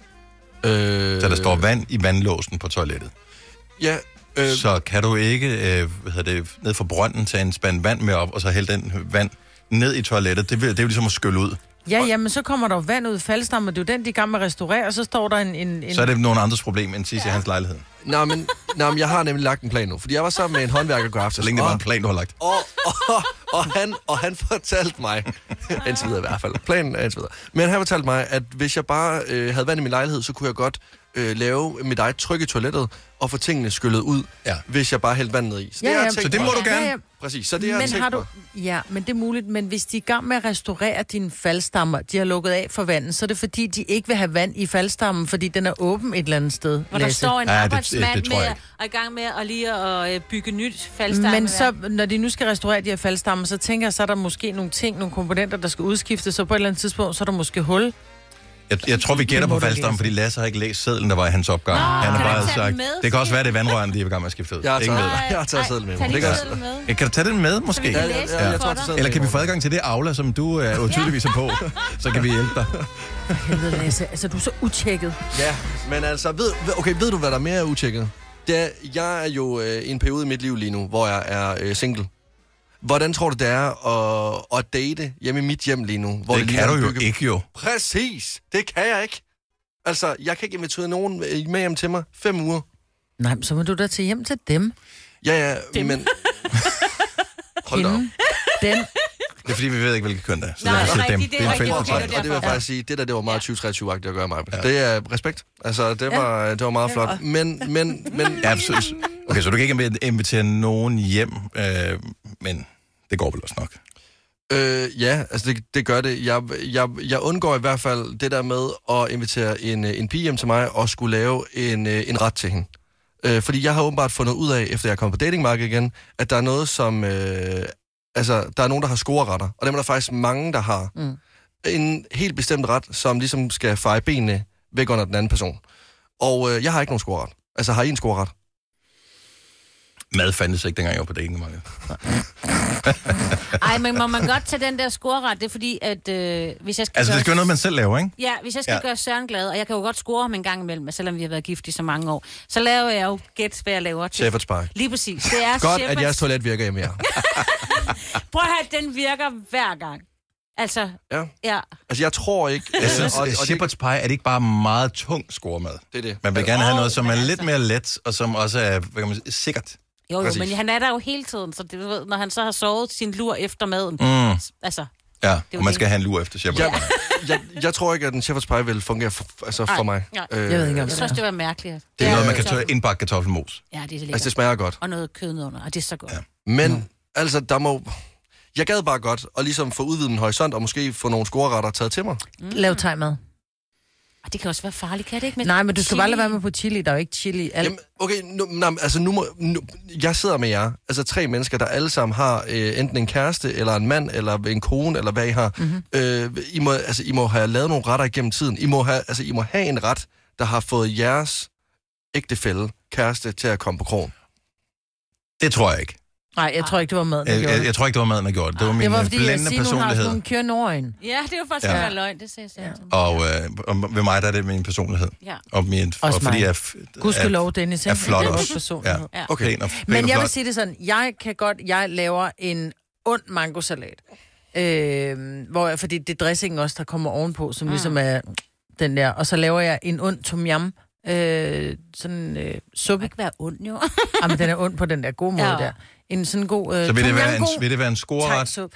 øh, Så der står vand i vandlåsen på toilettet. Ja, øh, Så kan du ikke øh, hvad hedder det, ned fra brønden tage en spand vand med op, og så hælde den vand ned i toilettet. Det, vil, det er jo ligesom at skylle ud. Ja, ja, men så kommer der jo vand ud i faldstammen, og det er jo den, de er i gang med at restaurere, og så står der en... en, en... Så er det nogen andres problem end sidst ja. i hans lejlighed. nej, men, nej, men jeg har nemlig lagt en plan nu. Fordi jeg var sammen med en håndværker i går aftes. Så længe det var en plan, du har lagt. Og, og, og, han, og han fortalte mig, indtil videre i hvert fald, planen er indtil videre, men han fortalte mig, at hvis jeg bare øh, havde vand i min lejlighed, så kunne jeg godt øh, lave mit eget tryk i toilettet, og få tingene skyllet ud, Ja. hvis jeg bare hældte vand ned i. Så Ja, det, har ja. jeg tænkt Så det må mig. du gerne. Ja, ja. Præcis, så det har jeg Men tænkt har du... mig. Ja, men det er muligt. Men hvis de er i gang med at restaurere dine faldstammer, de har lukket af for vandet, så er det fordi, de ikke vil have vand i faldstammen, fordi den er åben et eller andet sted. Hvor der Lasse. står en Ja, det- arbejdsmand det- det tror med jeg at, og i gang med at lige at øh, bygge nyt faldstamme. Men så, når de nu skal restaurere de her faldstammer, så tænker jeg, så er der måske nogle ting, nogle komponenter, der skal udskiftes, så på et eller andet tidspunkt, så er der måske hul. Jeg, jeg tror, vi gætter Det må på du faldstammen, læse. fordi Lasse har ikke læst sedlen, der var i hans opgang. Nå, Han har kan du bare ikke tage sagt, den med, det kan også siger være, det er vandrørene, de er i gang med at skifte ud. Jeg har Ingen ved taget, det. jeg har taget sædlen med. Tag Det lige kan sædlen med. Ja, kan du tage den med, måske? vi kan Ja, læse ja, den jeg for tror, dig. sædlen Eller kan vi med. få adgang til det Aula, som du er jo tydeligvis er på? Så kan vi hjælpe dig. Helvede, Lasse. Altså, du er så utjekket. Ja, men altså, ved, ved- okay, ved du, hvad der er mere utjekket? Det er, jeg er jo øh, i en periode i mit liv lige nu, hvor jeg er øh, single. Hvordan tror du, det er at, at date hjemme i mit hjem lige nu? Hvor Det lige kan er du jo bygget- ikke, jo. Præcis! Det kan jeg ikke. Altså, jeg kan ikke invitere nogen med hjem til mig fem uger. Nej, men så må du da tage hjem til dem. Ja, ja, Dem. men... Hold da op. Hende. Den. Det er fordi, vi ved ikke, hvilke køn det er. Så Nej, derfor det er siger dem. rigtigt, det er Det er en rigtigt. fælles Okay, Og, betragtning. det er og det vil jeg derfor. faktisk sige, det der, det var meget tyve treogtyve-agtigt at gøre mig. Ja. Ja. Det er respekt. Altså, det var, det var meget flot. Men, men, men... Ja, absolut. Okay, så du kan ikke invitere nogen hjem, øh, men det går vel også nok. Øh, ja, altså det, det gør det. Jeg, jeg, jeg undgår i hvert fald det der med at invitere en, en pige hjem til mig og skulle lave en, en ret til hende. Øh, fordi jeg har åbenbart fundet ud af, efter jeg kom på datingmarkedet igen, at der er noget som... Øh, altså, der er nogen, der har scoreretter, og dem er der faktisk mange, der har. Mm. En helt bestemt ret, som ligesom skal feje benene væk under den anden person. Og øh, jeg har ikke nogen scoreret. Altså, har I en scoreret? Mad fandtes ikke, dengang jeg var på datingmarkedet. Ej, men må man godt tage den der scoreret? Det er fordi, at øh, hvis jeg skal Altså, gøre... det skal være noget, man selv laver, ikke? Ja, hvis jeg skal Ja. ja. gøre Søren glad, og jeg kan jo godt score ham en gang imellem, selvom vi har været gift i så mange år, så laver jeg jo gæt, hvad jeg laver til. Shepherd's Pie. Lige præcis. Det er Godt, Shepherd's- at jeres toilet virker hjemme her. Prøv at høre, den virker hver gang. Altså, Ja. ja. Altså, jeg tror ikke... Jeg synes, og, og at det, Shepherd's Pie, er det ikke bare meget tung scoremad? det er det. Man vil gerne have noget, som er men lidt altså- mere let, og som også er, hvad kan man sige, sikkert. Jo, jo, Præcis. men han er der jo hele tiden, så det, du ved, når han så har sovet sin lur efter maden, Mm. altså, Ja, jo og man det. skal have en lur efter Shepherd's Jeg, Pie. jeg, jeg tror ikke, at en Shepherd's Pie vil fungere for, altså for Ej, mig. nej. Øh, Jeg ved ikke, om jeg det synes, er. det var mærkeligt. Det er noget, man Øh, kan tørre indbakke kartoffelmos. Ja, det er så Altså, lækkert. det smager godt. Og noget kød under, og det er så godt. Ja. Ja. Men, mm. altså, der må... Jeg gad bare godt at ligesom få udvidet min horisont, og måske få nogle scoreretter taget til mig. Mm. Lav thai-mad. Og det kan også være farligt, kan det ikke? Med Nej, men du skal chili? bare lade være med på chili. Der er jo ikke chili. Al- Jamen, okay, nu, nej, altså nu må... Nu, jeg sidder med jer, altså tre mennesker, der alle sammen har øh, enten en kæreste, eller en mand, eller en kone, eller hvad I har. Mm-hmm. Øh, I, må, altså, I må have lavet nogle retter igennem tiden. I må have, altså, I må have en ret, der har fået jeres ægtefælle, kæreste, til at komme på krogen. Det tror jeg ikke. Nej, jeg tror ikke, det var maden, der Jeg, gjorde jeg, det. jeg tror ikke, det var maden, der gjorde det. Det var min Det var fordi, jeg blændende siger, hun har sådan personlighed. nogle kørende øjne. Ja, det er jo faktisk Ja. ja. løgn, det sagde jeg. Ja. Og, øh, og ved mig, der er det min personlighed. Ja. Og, min, og Også fordi mig. jeg er, f- Gudskelov, Dennis. er ikke? flot Det er også. vores personlighed. Ja. Ja. Okay. Pæn og, pæn Men og jeg vil flot. sige det sådan, jeg kan godt, jeg laver en ond mangosalat. Øh, hvor jeg, fordi det er dressingen også, der kommer ovenpå, som mm. ligesom er den der. Og så laver jeg en ond tom yum, øh, sådan øh, Det suppe. kan ikke være ondt, jo. Ah, men den er ond på den der gode måde Ja. der. En sådan god øh, Så vil det, tom være yum en, god vil det være en scoreret? thai-suppe.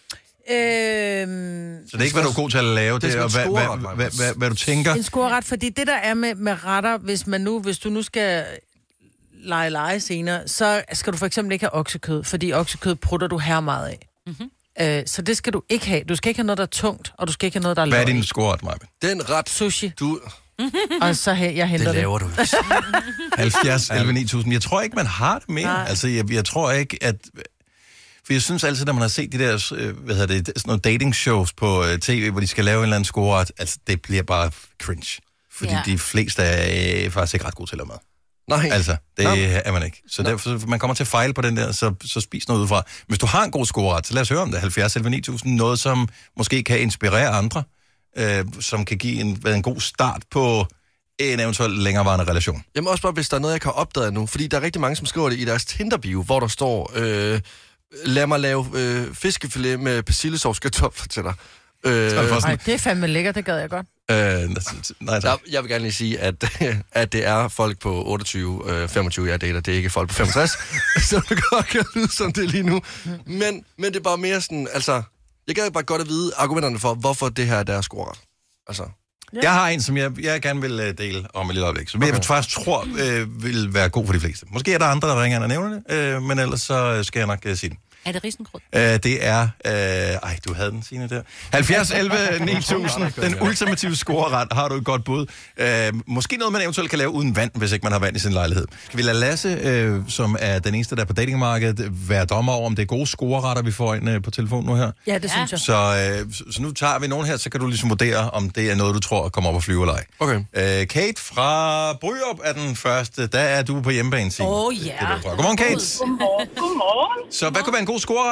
Øh, Så det er ikke, hvad du er god til at lave, det, Det er er, sådan en hvad, scoreret, hvad, Maja. hvad, hvad, hvad du tænker. En scoreret, fordi det der er med, med retter, hvis man nu, hvis du nu skal lege lege senere, så skal du for eksempel ikke have oksekød, fordi oksekød prutter du her meget af. Mm-hmm. Øh, så det skal du ikke have. Du skal ikke have noget, der er tungt, og du skal ikke have noget, der er Hvad er løg. din scoreret, Maja? Den ret, Sushi. du... Og så he, jeg henter Det det. laver du ikke. halvfjerds elleve ni tusind. Jeg tror ikke, man har det mere. Nej. Altså, jeg, jeg tror ikke, at... For jeg synes altid, når man har set de der, øh, hvad hedder det, sådan nogle dating shows på øh, tv, hvor de skal lave en eller anden scoreret, altså det bliver bare cringe. Fordi ja. de fleste er øh, faktisk ikke ret gode til at lave mad. Nej. Altså, det Nå. er man ikke. Så derfor, man kommer til at fejle på den der, så, så spis noget udefra. Hvis du har en god scoreret, så lad os høre om det. halvfjerds elleve ni tusind, noget som måske kan inspirere andre, øh, som kan give en, en god start på en eventuelt længerevarende relation. Jamen også bare, hvis der er noget, jeg kan opdage nu. Fordi der er rigtig mange, som skriver det i deres Tinder-bio, hvor der står, øh, lad mig lave øh, fiskefilet med persillesovs kartofler til dig. Øh, Nej, det er fandme lækkert, det gad jeg godt. Øh, nej, tak. jeg, jeg vil gerne lige sige, at, at det er folk på otteogtyve, øh, femogtyve, jeg dater. Det er ikke folk på femogtres. Så det godt kan lyde som det lige nu. Men, men det er bare mere sådan, altså... Jeg gad bare godt at vide argumenterne for, hvorfor det her er deres scoreret. Altså... Ja. Jeg har en, som jeg, jeg gerne vil uh, dele om et lille øjeblik, som okay. jeg faktisk tror uh, vil være god for de fleste. Måske er der andre, der ringer ind og nævner det, uh, men ellers så skal jeg nok uh, sige det. Er det risengrød? Uh, det er... Uh, ej, du havde den, Signe, der. halvfjerds elleve ni tusind, den ultimative scoreret, har du et godt bud. Uh, måske noget, man eventuelt kan lave uden vand, hvis ikke man har vand i sin lejlighed. Skal vi lade Lasse, uh, som er den eneste, der er på datingmarkedet, være dommer over, om det er gode scoreretter, vi får ind uh, på telefon nu her? Ja, det ja. synes jeg. Så, uh, så, så nu tager vi nogen her, så kan du ligesom vurdere, om det er noget, du tror kommer op og flyve eller ej. Okay. Uh, Kate fra Bryrup er den første. Der er du på hjemmebane, Signe. Åh, ja. Godmorgen, Kate. Godmorgen. Godmorgen. Så hvad kunne være en god scoreret?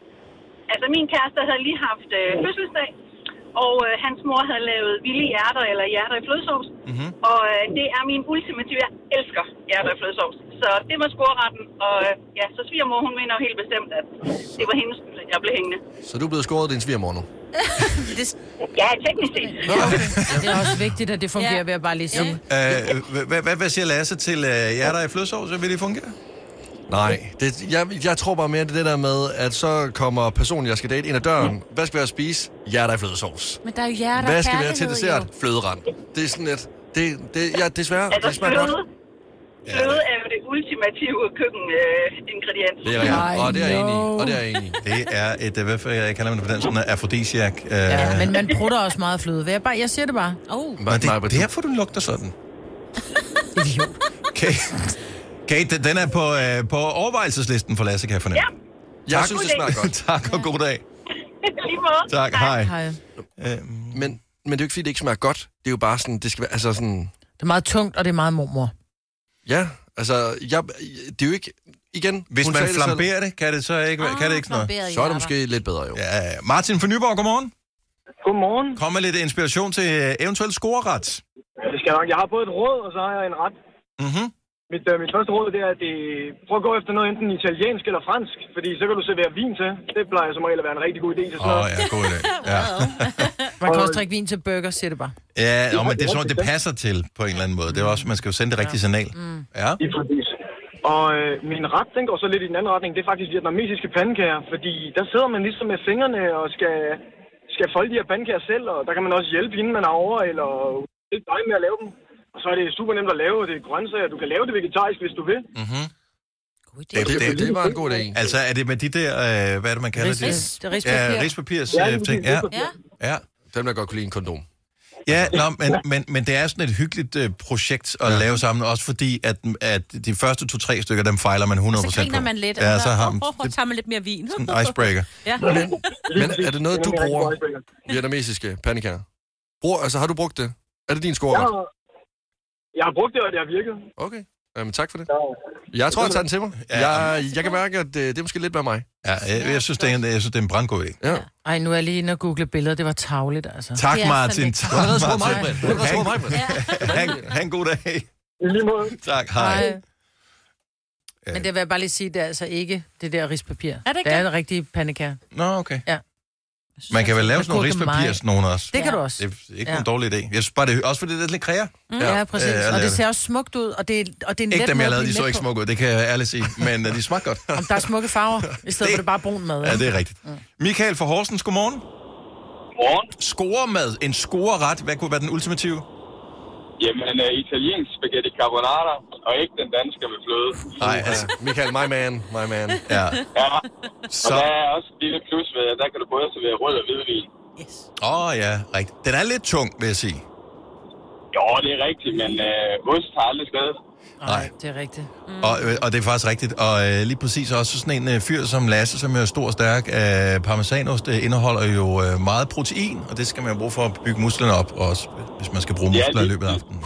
Altså, min kæreste havde lige haft øh, fødselsdag, og øh, hans mor havde lavet vilde hjerter eller hjerter i flødesovs. Mm-hmm. Og øh, det er min ultimative. Jeg elsker hjerter i flødesovs. Så det var scoreretten. Og øh, ja, så svigermor, hun mener jo helt bestemt, at det var hendes skyld, at jeg blev hængende. Så du er blevet scoret din svigermor nu? det... Ja, teknisk set. Okay. Det er også vigtigt, at det fungerer, vil jeg bare lige sige. Uh, Hvad siger Lasse til uh, hjerter i flødesovs? Vil det fungere? Nej, det, jeg, jeg tror bare mere, det det der med, at så kommer personen, jeg skal date, ind ad døren. Hvad skal vi have at spise? Hjerter i flødesovs. Men der er jo hjerter. Hvad skal vi have til dessert? Fløderand. Det er sådan lidt... Det, det, ja, desværre, altså, det smager fløde, godt. Fløde er jo det ultimative køkkeningrediens. Øh, det er rigtigt, og det er jeg enig i. Og det er jeg enig i. Det er et, hvad for jeg kalder det på den, sådan en afrodisiak. Uh... Ja, men man prutter også meget fløde. Jeg, bare, jeg siger det bare. Oh. Men det er derfor, du lugter sådan. Idiot. Okay. Kate, den er på, øh, på overvejelseslisten for Lasse, kan jeg fornemme. Ja. Jeg synes, det smager godt. Tak, og god dag. Lige måde. Tak, hej. Hej. Øhm. Men, men det er jo ikke, fordi det ikke smager godt. Det er jo bare sådan, det skal være, altså sådan... Det er meget tungt, og det er meget mormor. Ja, altså, jeg, det er jo ikke... Igen, hvis man flamberer det, kan det så ikke, ah, kan det ikke noget? Så er det måske lidt bedre, jo. Ja, Martin fra Nyborg, godmorgen. Godmorgen. Kom med lidt inspiration til eventuelt scoreret. Det skal nok. Jeg har både et råd, og så har jeg en ret. Mhm. Mit, øh, mit første råd, det er, at det, prøv at gå efter noget enten italiensk eller fransk, fordi så kan du servere vin til. Det plejer som regel at være en rigtig god idé til sådan noget. Åh, oh, ja, god idé. Ja. Man kan også drikke vin til burger, siger det bare. Ja, og, men det er sådan, det passer til på en eller anden måde. Det er også, man skal jo sende det rigtige signal. Mm. Ja. Lige præcis. Og øh, min ret, den går så lidt i den anden retning. Det er faktisk vietnamesiske pandekager, fordi der sidder man ligesom med fingrene og skal, skal folde de her pandekager selv, og der kan man også hjælpe, inden man er over, eller hjælpe dig med at lave dem. Og så er det super nemt at lave det grøntsager. Du kan lave det vegetarisk, hvis du vil. Mhm. Det, det, det, det var en god idé. Altså, er det med de der, øh, hvad er det, man kalder Ris, det? ris, det er rispapir. Ja, rispapirs Ja, øh, ting. Ja. Ja. Ja. Dem, der godt kunne lide en kondom. Ja, nå, men, men, men det er sådan et hyggeligt øh, projekt at ja. lave sammen, også fordi, at, at de første to-tre stykker, dem fejler man hundrede procent på. Så griner man lidt, ja, og så, så har oh, man, oh, oh, tager man lidt mere vin. en icebreaker. Ja. Men, men er det noget, du bruger, vietnamesiske pandekager? Bruger, altså, har du brugt det? Er det din scoreret? Jeg, jeg har brugt det, og det har virket. Okay, jamen tak for det. Jeg tror, jeg tager den til mig. Jeg, jeg kan mærke, at det, det er måske lidt med mig. Ja, jeg, jeg, synes, det er en, jeg synes, det er en brandgod idé. Ja. Ej, nu er jeg lige inde og google billeder. Det var tarveligt, altså. Tak, Det er Martin. så Tak, Du har allerede skåret mig, Martin. Britt. Du har allerede skåret mig, Britt. Han, han en god dag. I lige måde. Tak, hej. Ej. Men det vil jeg bare lige sige, det er altså ikke det der rispapir. Er det ikke det? er det? en rigtig pandekær. Nå, okay. Ja. Man kan vel lave Med sådan nogle gurkemeje. rispapirs nogen også. Det kan du også. Det er ikke Ja. nogen dårlig idé. Jeg synes bare, det er også fordi det er lidt kræer. Mm. Ja, ja, præcis. Øh, jeg og laver det ser også smukt ud, og det er, og det er en Ikke let dem, jeg måde lavede, at de blive så mæt ikke på. smukke ud. Det kan jeg ærligt sige. Men uh, de smager godt. Om der er smukke farver, i stedet Det- for det er bare brun mad. Ja, det er rigtigt. Michael fra Horsens, godmorgen. Morgen. Scoremad. En scoreret. Hvad kunne være den ultimative? Jamen, uh, italiensk spaghetti carbonara, og ikke den danske med fløde. Nej, altså. Michael, my man, my man. Ja. Ja, og Så. der er også et lille plus ved, at der kan du både servere rød og hvidvin. Yes. Åh, oh, ja, rigtigt. Den er lidt tung, vil jeg sige. Jo, det er rigtigt, men uh, ost har aldrig skadet. Nej, det er rigtigt. Mm. Og, og det er faktisk rigtigt. Og øh, lige præcis også sådan en øh, fyr som Lasse, som er stor og stærk. Øh, parmesanost det indeholder jo øh, meget protein, og det skal man bruge for at bygge musklerne op, også hvis man skal bruge muskler ja, i løbet af aftenen.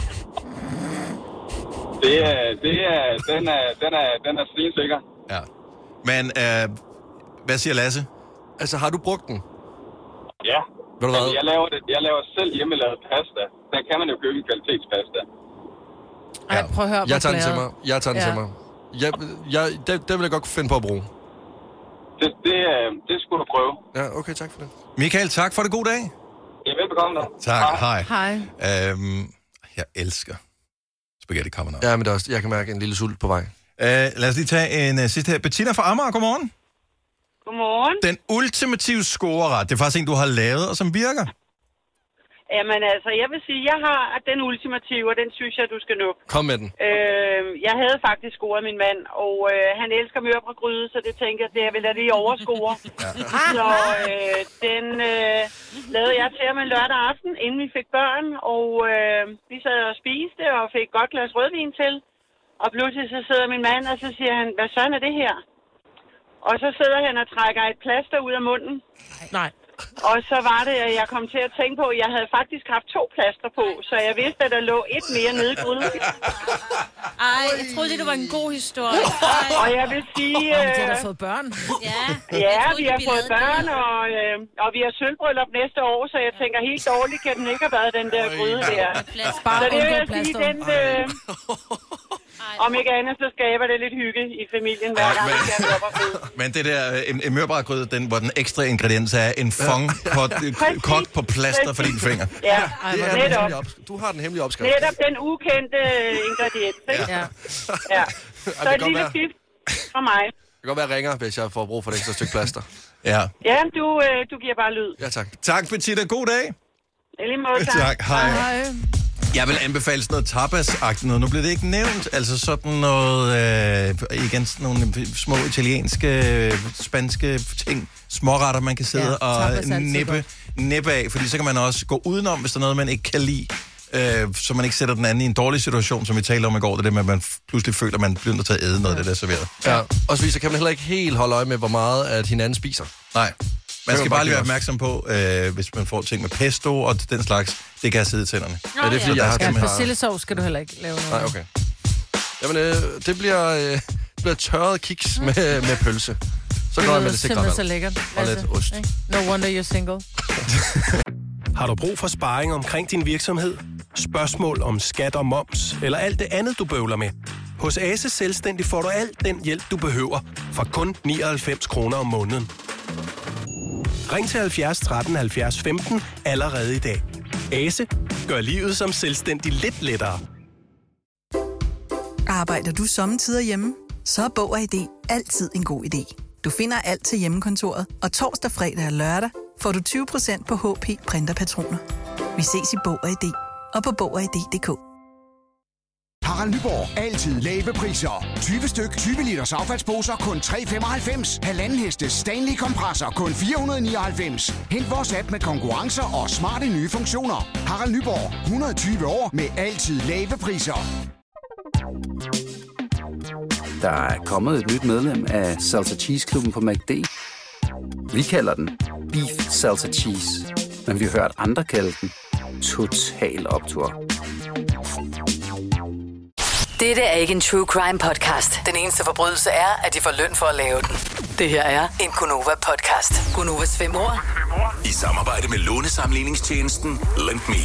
Det er, det er, den er, den er, den er stensikker. Ja. Men, øh, hvad siger Lasse? Altså, har du brugt den? Ja. Ved du hvad? Jeg laver, det, jeg laver selv hjemmelavet pasta. Der kan man jo købe en kvalitetspasta. Ej, prøv at høre, jeg tager den til mig. Jeg tager den ja. til mig. Jeg, jeg, det, det vil jeg godt finde på at bruge. Det, det, det skulle du prøve. Ja, okay, tak for det. Michael, tak for det. God dag. Ja, velbekomme da. Tak, hej. Hej. Øhm, jeg elsker spaghetti carbonara. Ja, men det er også, jeg kan mærke en lille sult på vej. Øh, lad os lige tage en uh, sidste her. Bettina fra Amager, godmorgen. Godmorgen. Den ultimative scoreret, det er faktisk en, du har lavet, og som virker. Jamen altså, jeg vil sige, jeg har den ultimative, og den synes jeg, du skal nå. Kom med den. Øh, jeg havde faktisk scoret min mand, og øh, han elsker mørbrødgryde, så det tænker jeg, det jeg vil lade lige overscore. Ja. Så øh, den øh, lavede jeg til ham en lørdag aften, inden vi fik børn, og øh, vi sad og spiste og fik et godt glas rødvin til. Og pludselig så sidder min mand, og så siger han, hvad sådan er det her? Og så sidder han og trækker et plaster ud af munden. Nej. Og så var det, at jeg kom til at tænke på, at jeg havde faktisk haft to plaster på, så jeg vidste, at der lå et mere nede i gryden. Ej, jeg troede, det var en god historie. Ej. Og jeg vil sige... Øh... Øh... Det har fået børn. Ja, ja troede, vi har fået børn, og, øh, og vi har sølvbryllup næste år, så jeg tænker, helt dårligt kan den ikke have været, den der gryde der. Så det vil jeg sige, den... Øh... Om ikke andet, så skaber det lidt hygge i familien, hver gang vi skal op og føde. Men det der, en, en mørbrædgryde, den, hvor den ekstra ingrediens er en fong kogt på plaster for dine fingre. Ja, det er netop. Du har den hemmelige opskrift. Netop den ukendte ingrediens, ikke? Ja. Ja. Så et lille tip fra mig. Det kan godt være, jeg ringer, hvis jeg får brug for et ekstra stykke plaster. Ja. Ja, du, øh, du giver bare lyd. Ja, tak. Tak, Bettina. God dag. I lige måde, tak. Tak, hej. Hej. Jeg vil anbefale sådan noget tapas-agtigt noget. Nu bliver det ikke nævnt. Altså sådan noget, øh, igen sådan nogle små italienske, spanske ting. Småretter, man kan sidde ja, og nippe, nippe af. Fordi så kan man også gå udenom, hvis der er noget, man ikke kan lide. Øh, så man ikke sætter den anden i en dårlig situation, som vi talte om i går. Det er det med, at man pludselig føler, at man bliver nødt til at æde noget af det, der er serveret. Ja, og så kan man heller ikke helt holde øje med, hvor meget at hinanden spiser. Nej. Man skal bare lige være opmærksom på, øh, hvis man får ting med pesto og den slags, det kan have siddet i tænderne. Nå, ja, det er fordi, ja. jeg har Ja, simpelthen... persillesovs skal du heller ikke lave noget. Nej, okay. Jamen, øh, det bliver, øh, det bliver tørret kiks med, med pølse. Så går jeg med det sikre så lækkert. Og lidt ost. No wonder you're single. Har du brug for sparring omkring din virksomhed? Spørgsmål om skat og moms, eller alt det andet, du bøvler med? Hos Ase Selvstændig får du alt den hjælp, du behøver, for kun nioghalvfems kroner om måneden. Ring til halvfjerds tretten halvfjerds femten allerede i dag. Ase gør livet som selvstændig lidt lettere. Arbejder du sommetider hjemme? Så er Bog og I D altid en god idé. Du finder alt til hjemmekontoret, og torsdag, fredag og lørdag får du tyve procent på H P printerpatroner. Vi ses i Bog og I D og på bog og i d punktum d k. Harald Nyborg. Altid lave priser. tyve styk, tyve liters affaldsposer kun tre femoghalvfems. Halvanden heste Stanley kompresser kun fire hundrede nioghalvfems. Hent vores app med konkurrencer og smarte nye funktioner. Harald Nyborg. et hundrede og tyve år med altid lave priser. Der er kommet et nyt medlem af Salsa Cheese Klubben på McD. Vi kalder den Beef Salsa Cheese, men vi har hørt andre kalde den Total Optur. Dette er ikke en true crime podcast. Den eneste forbrydelse er, at de får løn for at lave den. Det her er en Gonova podcast. Gonovas fem år. I samarbejde med lånesamligningstjenesten Lend Me.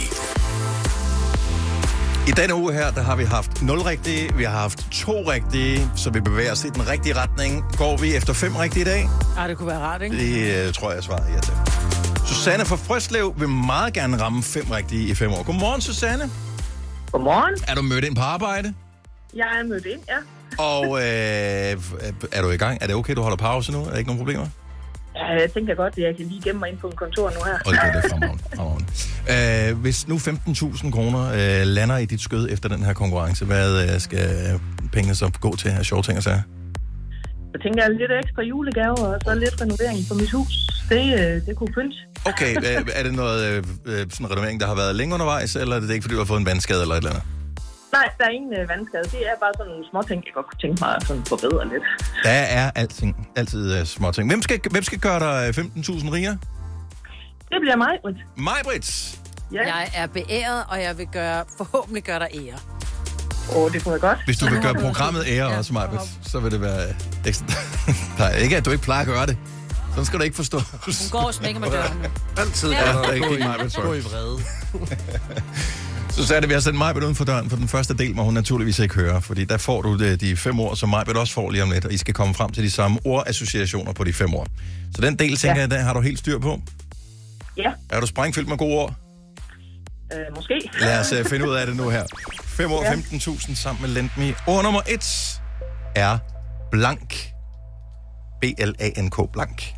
I denne uge her, der har vi haft nul rigtige, vi har haft to rigtige, så vi bevæger os i den rigtige retning. Går vi efter fem rigtige i dag? Ej, det kunne være rart, ikke? Det uh, tror jeg, jeg svarer ja til. Susanne fra Frøslev vil meget gerne ramme fem rigtige i fem år. Godmorgen, Susanne. Godmorgen. Er du mødt ind på arbejde? Jeg er mødt ind, ja. Og øh, er du i gang? Er det okay, du holder pause nu? Er der ikke nogen problemer? Ja, jeg tænker godt, at jeg kan lige gemme mig ind på en kontor nu her. Og det er det fremragende. Øh, hvis nu femten tusind kroner øh, lander i dit skød efter den her konkurrence, hvad øh, skal pengene så gå til af sjove ting og sager? Jeg tænker, jeg lidt ekstra julegaver og så lidt renovering på mit hus. Det, øh, det kunne pynte. Okay, øh, er det noget øh, sådan renovering, der har været længe undervejs, eller er det ikke, fordi du har fået en vandskade eller et eller andet? Nej, der er ingen øh, vandskade. Det er bare sådan nogle små ting, jeg godt kunne tænke mig at sådan forbedre lidt. Der er alting, altid uh, små ting. Hvem skal, hvem skal gøre dig femten tusind rigere? Det bliver mig, Britt. Mig, Britt? Ja. Jeg er beæret, og jeg vil gøre, forhåbentlig gøre dig ære. Åh, oh, det kunne jeg godt. Hvis du vil gøre programmet ære ja, også, Majbrit, så vil det være ekstra. Nej, ikke at du ikke plejer at gøre det. Sådan skal du ikke forstå. Hun går og smækker med døren. Altid ja, er der ikke gå, i, Majbrit, gå i vrede. Så sagde det, vi har sendt Majbrit uden for døren, for den første del må hun naturligvis ikke høre, fordi der får du de, de fem ord, som Majbrit også får lige om lidt, og I skal komme frem til de samme ordassociationer på de fem ord. Så den del, tænker ja. jeg, der har du helt styr på. Ja. Er du sprængfyldt med gode ord? Øh, måske. Lad os uh, finde ud af det nu her. fem år, ja. femten tusind sammen med Lendme. Ord nummer et er blank. B L A N K, blank.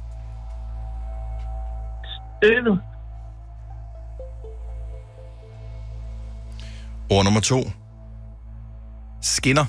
Støvet. Ord nummer to. Skinner.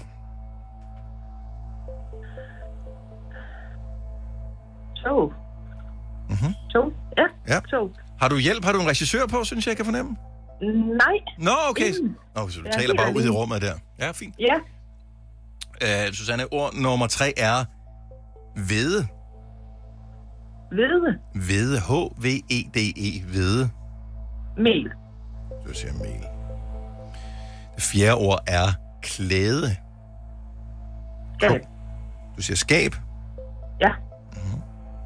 Tog. Mm-hmm. Tog, ja. ja. Tog. Har du hjælp? Har du en regissør på, synes jeg, jeg kan fornemme? Nej. Nå, okay. Mm. Nå, så du ja, taler bare ud i rummet der. Ja, fint. Ja. Uh, Susanne, ord nummer tre er hvede. Hvede. Hvede. H V E D E. Hvede. Mel. Du siger mel. Det fjerde ord er klæde. Skab. Du siger skab. Ja. Mm-hmm.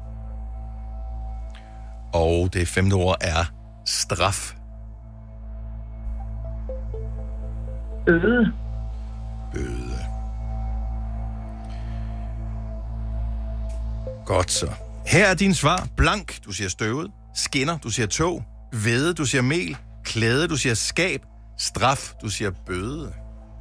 Og det femte ord er straf. Bøde. Bøde. Godt så. Her er din svar. Blank, du siger støvet. Skinner, du siger tog. Hvede, du siger mel. Klæde, du siger skab. Straf, du siger bøde.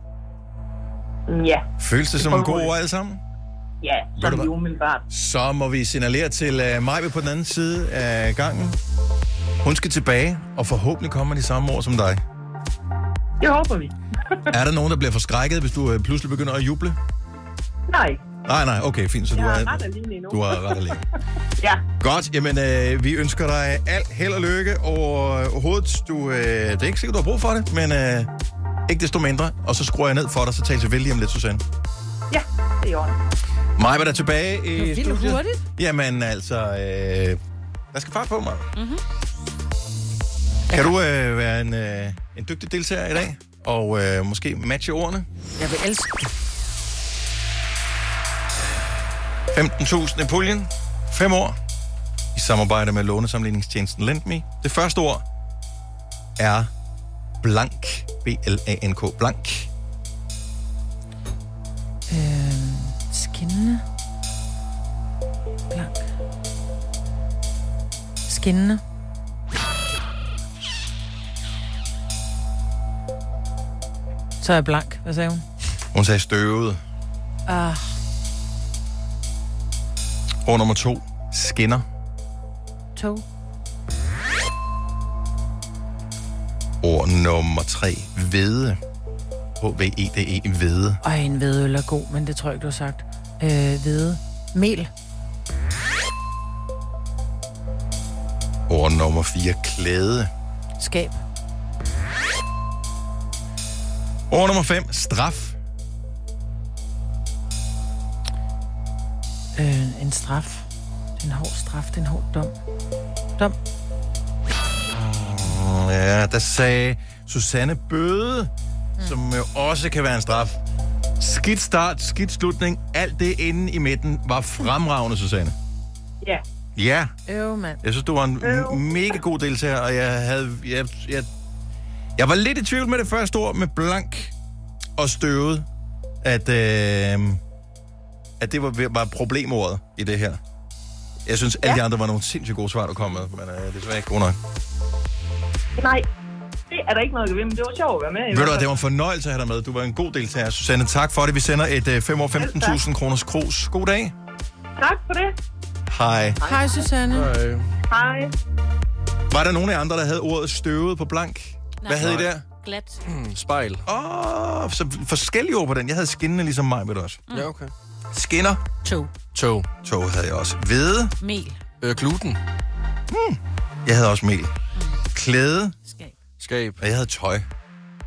Ja. Føles det som en god ord alle sammen? Ja, så er det umiddelbart. Så må vi signalere til uh, Majbe på den anden side af gangen. Hun skal tilbage, og forhåbentlig kommer de samme ord som dig. Det håber vi. Er der nogen, der bliver forskrækket, hvis du uh, pludselig begynder at juble? Nej. Nej, nej, okay, fint. Så jeg du er er ret alene endnu. Du er ret alene. Ja. Godt, jamen øh, vi ønsker dig alt held og lykke over hovedet. Du, øh, det er ikke sikkert, du har brug for det, men øh, ikke desto mindre. Og så skruer jeg ned for dig, så tager vi lige om lidt, Susanne. Ja, det er i orden. Maja var der tilbage i studiet. Vildt hurtigt. Jamen altså, øh, der skal fart på mig. Mm-hmm. Kan du øh, være en, øh, en dygtig deltager i dag? Og øh, måske matche ordene? Jeg vil elske femten tusind i puljen. Fem år. I samarbejde med lånesamligningstjenesten Lendme. Det første ord er blank. B L A N K. Blank. Øh, skinnende. Blank. Skinnende. Så er jeg blank. Hvad sagde hun? Hun sagde støvet. Ah. Ord nummer to. Skinner. Tog. Ord nummer tre. Hvede. H V E D E. Hvede. Ej, en hvedeøl er god, men det tror jeg ikke, du har sagt. Øh, hvede. Mel. Ord nummer fire. Klæde. Skab. Ord nummer fem. Straf. Øh, en straf. Det er en hård straf. Det er en hård dom. Dom. Ja, der sagde Susanne bøde, mm. som jo også kan være en straf. Skidt start, skidt slutning. Alt det inde i midten var fremragende, Susanne. Ja. Ja. Øv, mand. Jeg synes, du var en m- mega god deltager, og jeg havde... Jeg, jeg, jeg var lidt i tvivl med det første ord, med blank og støvet, at, øh, at det var, var problemordet i det her. Jeg synes, alle ja. de andre var nogle sindssygt gode svar, du kom med, men øh, det er ikke god nok. Nej, det er der ikke noget at ved, men det var sjovt at være med. Ved du hvad, det var en fornøjelse at have dig med. Du var en god deltager. Susanne, tak for det. Vi sender et øh, fem år femten tusind kroners krus. God dag. Tak for det. Hej. Hej, Susanne. Hej. Hej. Var der nogen af andre, der havde ordet støvet på blank? Nej. Hvad havde I der? Glat. Hmm, spejl. Åh, oh, så forskellige ord på den. Jeg havde skinnende ligesom mig med det også. Mm. Ja, okay. Skinner. Tog. Tog. Tog havde jeg også. Hvede. Mel. Øh, gluten. Hmm. Jeg havde også mel. Mm. Klæde. Skab. Skab. Og jeg havde tøj.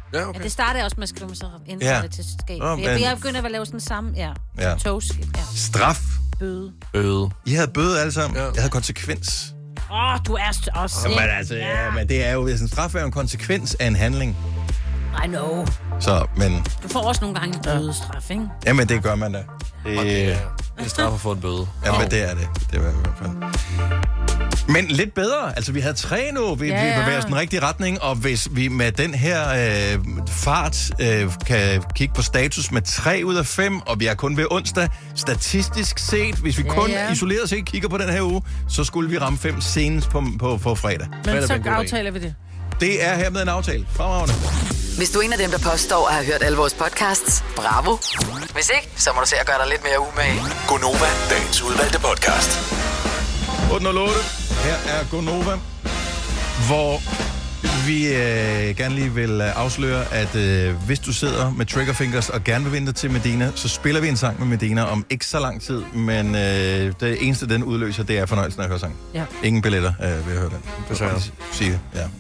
Ja, okay. Ja, det startede også med at skrive, så indsætte Ja. det til skab. Nå, Jeg, men- jeg begyndte at lave sådan samme, ja. Ja. Togskab, ja. Straf. Bøde. Bøde. I havde bøde alle sammen. Ja. Jeg havde konsekvens. Åh, oh, du er st- også... Jamen altså, ja, men det er jo en straf er jo en konsekvens af en handling. I know. Så, men... Du får også nogle gange en bødestraf, ikke? Jamen, det gør man da. Det, det er en straf at få en bøde. Jamen, det er det. Det er i hvert fald. Men lidt bedre. Altså, vi havde tre nu. Vi, Ja, vi ja. bevæger os den rigtige retning. Og hvis vi med den her øh, fart øh, kan kigge på status med tre ud af fem, og vi er kun ved onsdag, statistisk set, hvis vi Ja, kun ja. isoleret set kigger på den her uge, så skulle vi ramme fem senest på, på, på fredag. Men så aftaler vi det. Det er hermed en aftale. Fremragende. Hvis du er en af dem, der påstår at have hørt alle vores podcasts, bravo. Hvis ikke, så må du se at gøre dig lidt mere umage. Gonova, dagens udvalgte podcast. otte nul otte. Her er Gonova, hvor vi øh, gerne lige vil øh, afsløre, at øh, hvis du sidder med Triggerfingers og gerne vil vinde dig til Medina, så spiller vi en sang med Medina om ikke så lang tid, men øh, det eneste, den udløser, det er fornøjelsen af at høre sang. Ja. Ingen billetter øh, ved at høre den. Desværre. Sige det, ja.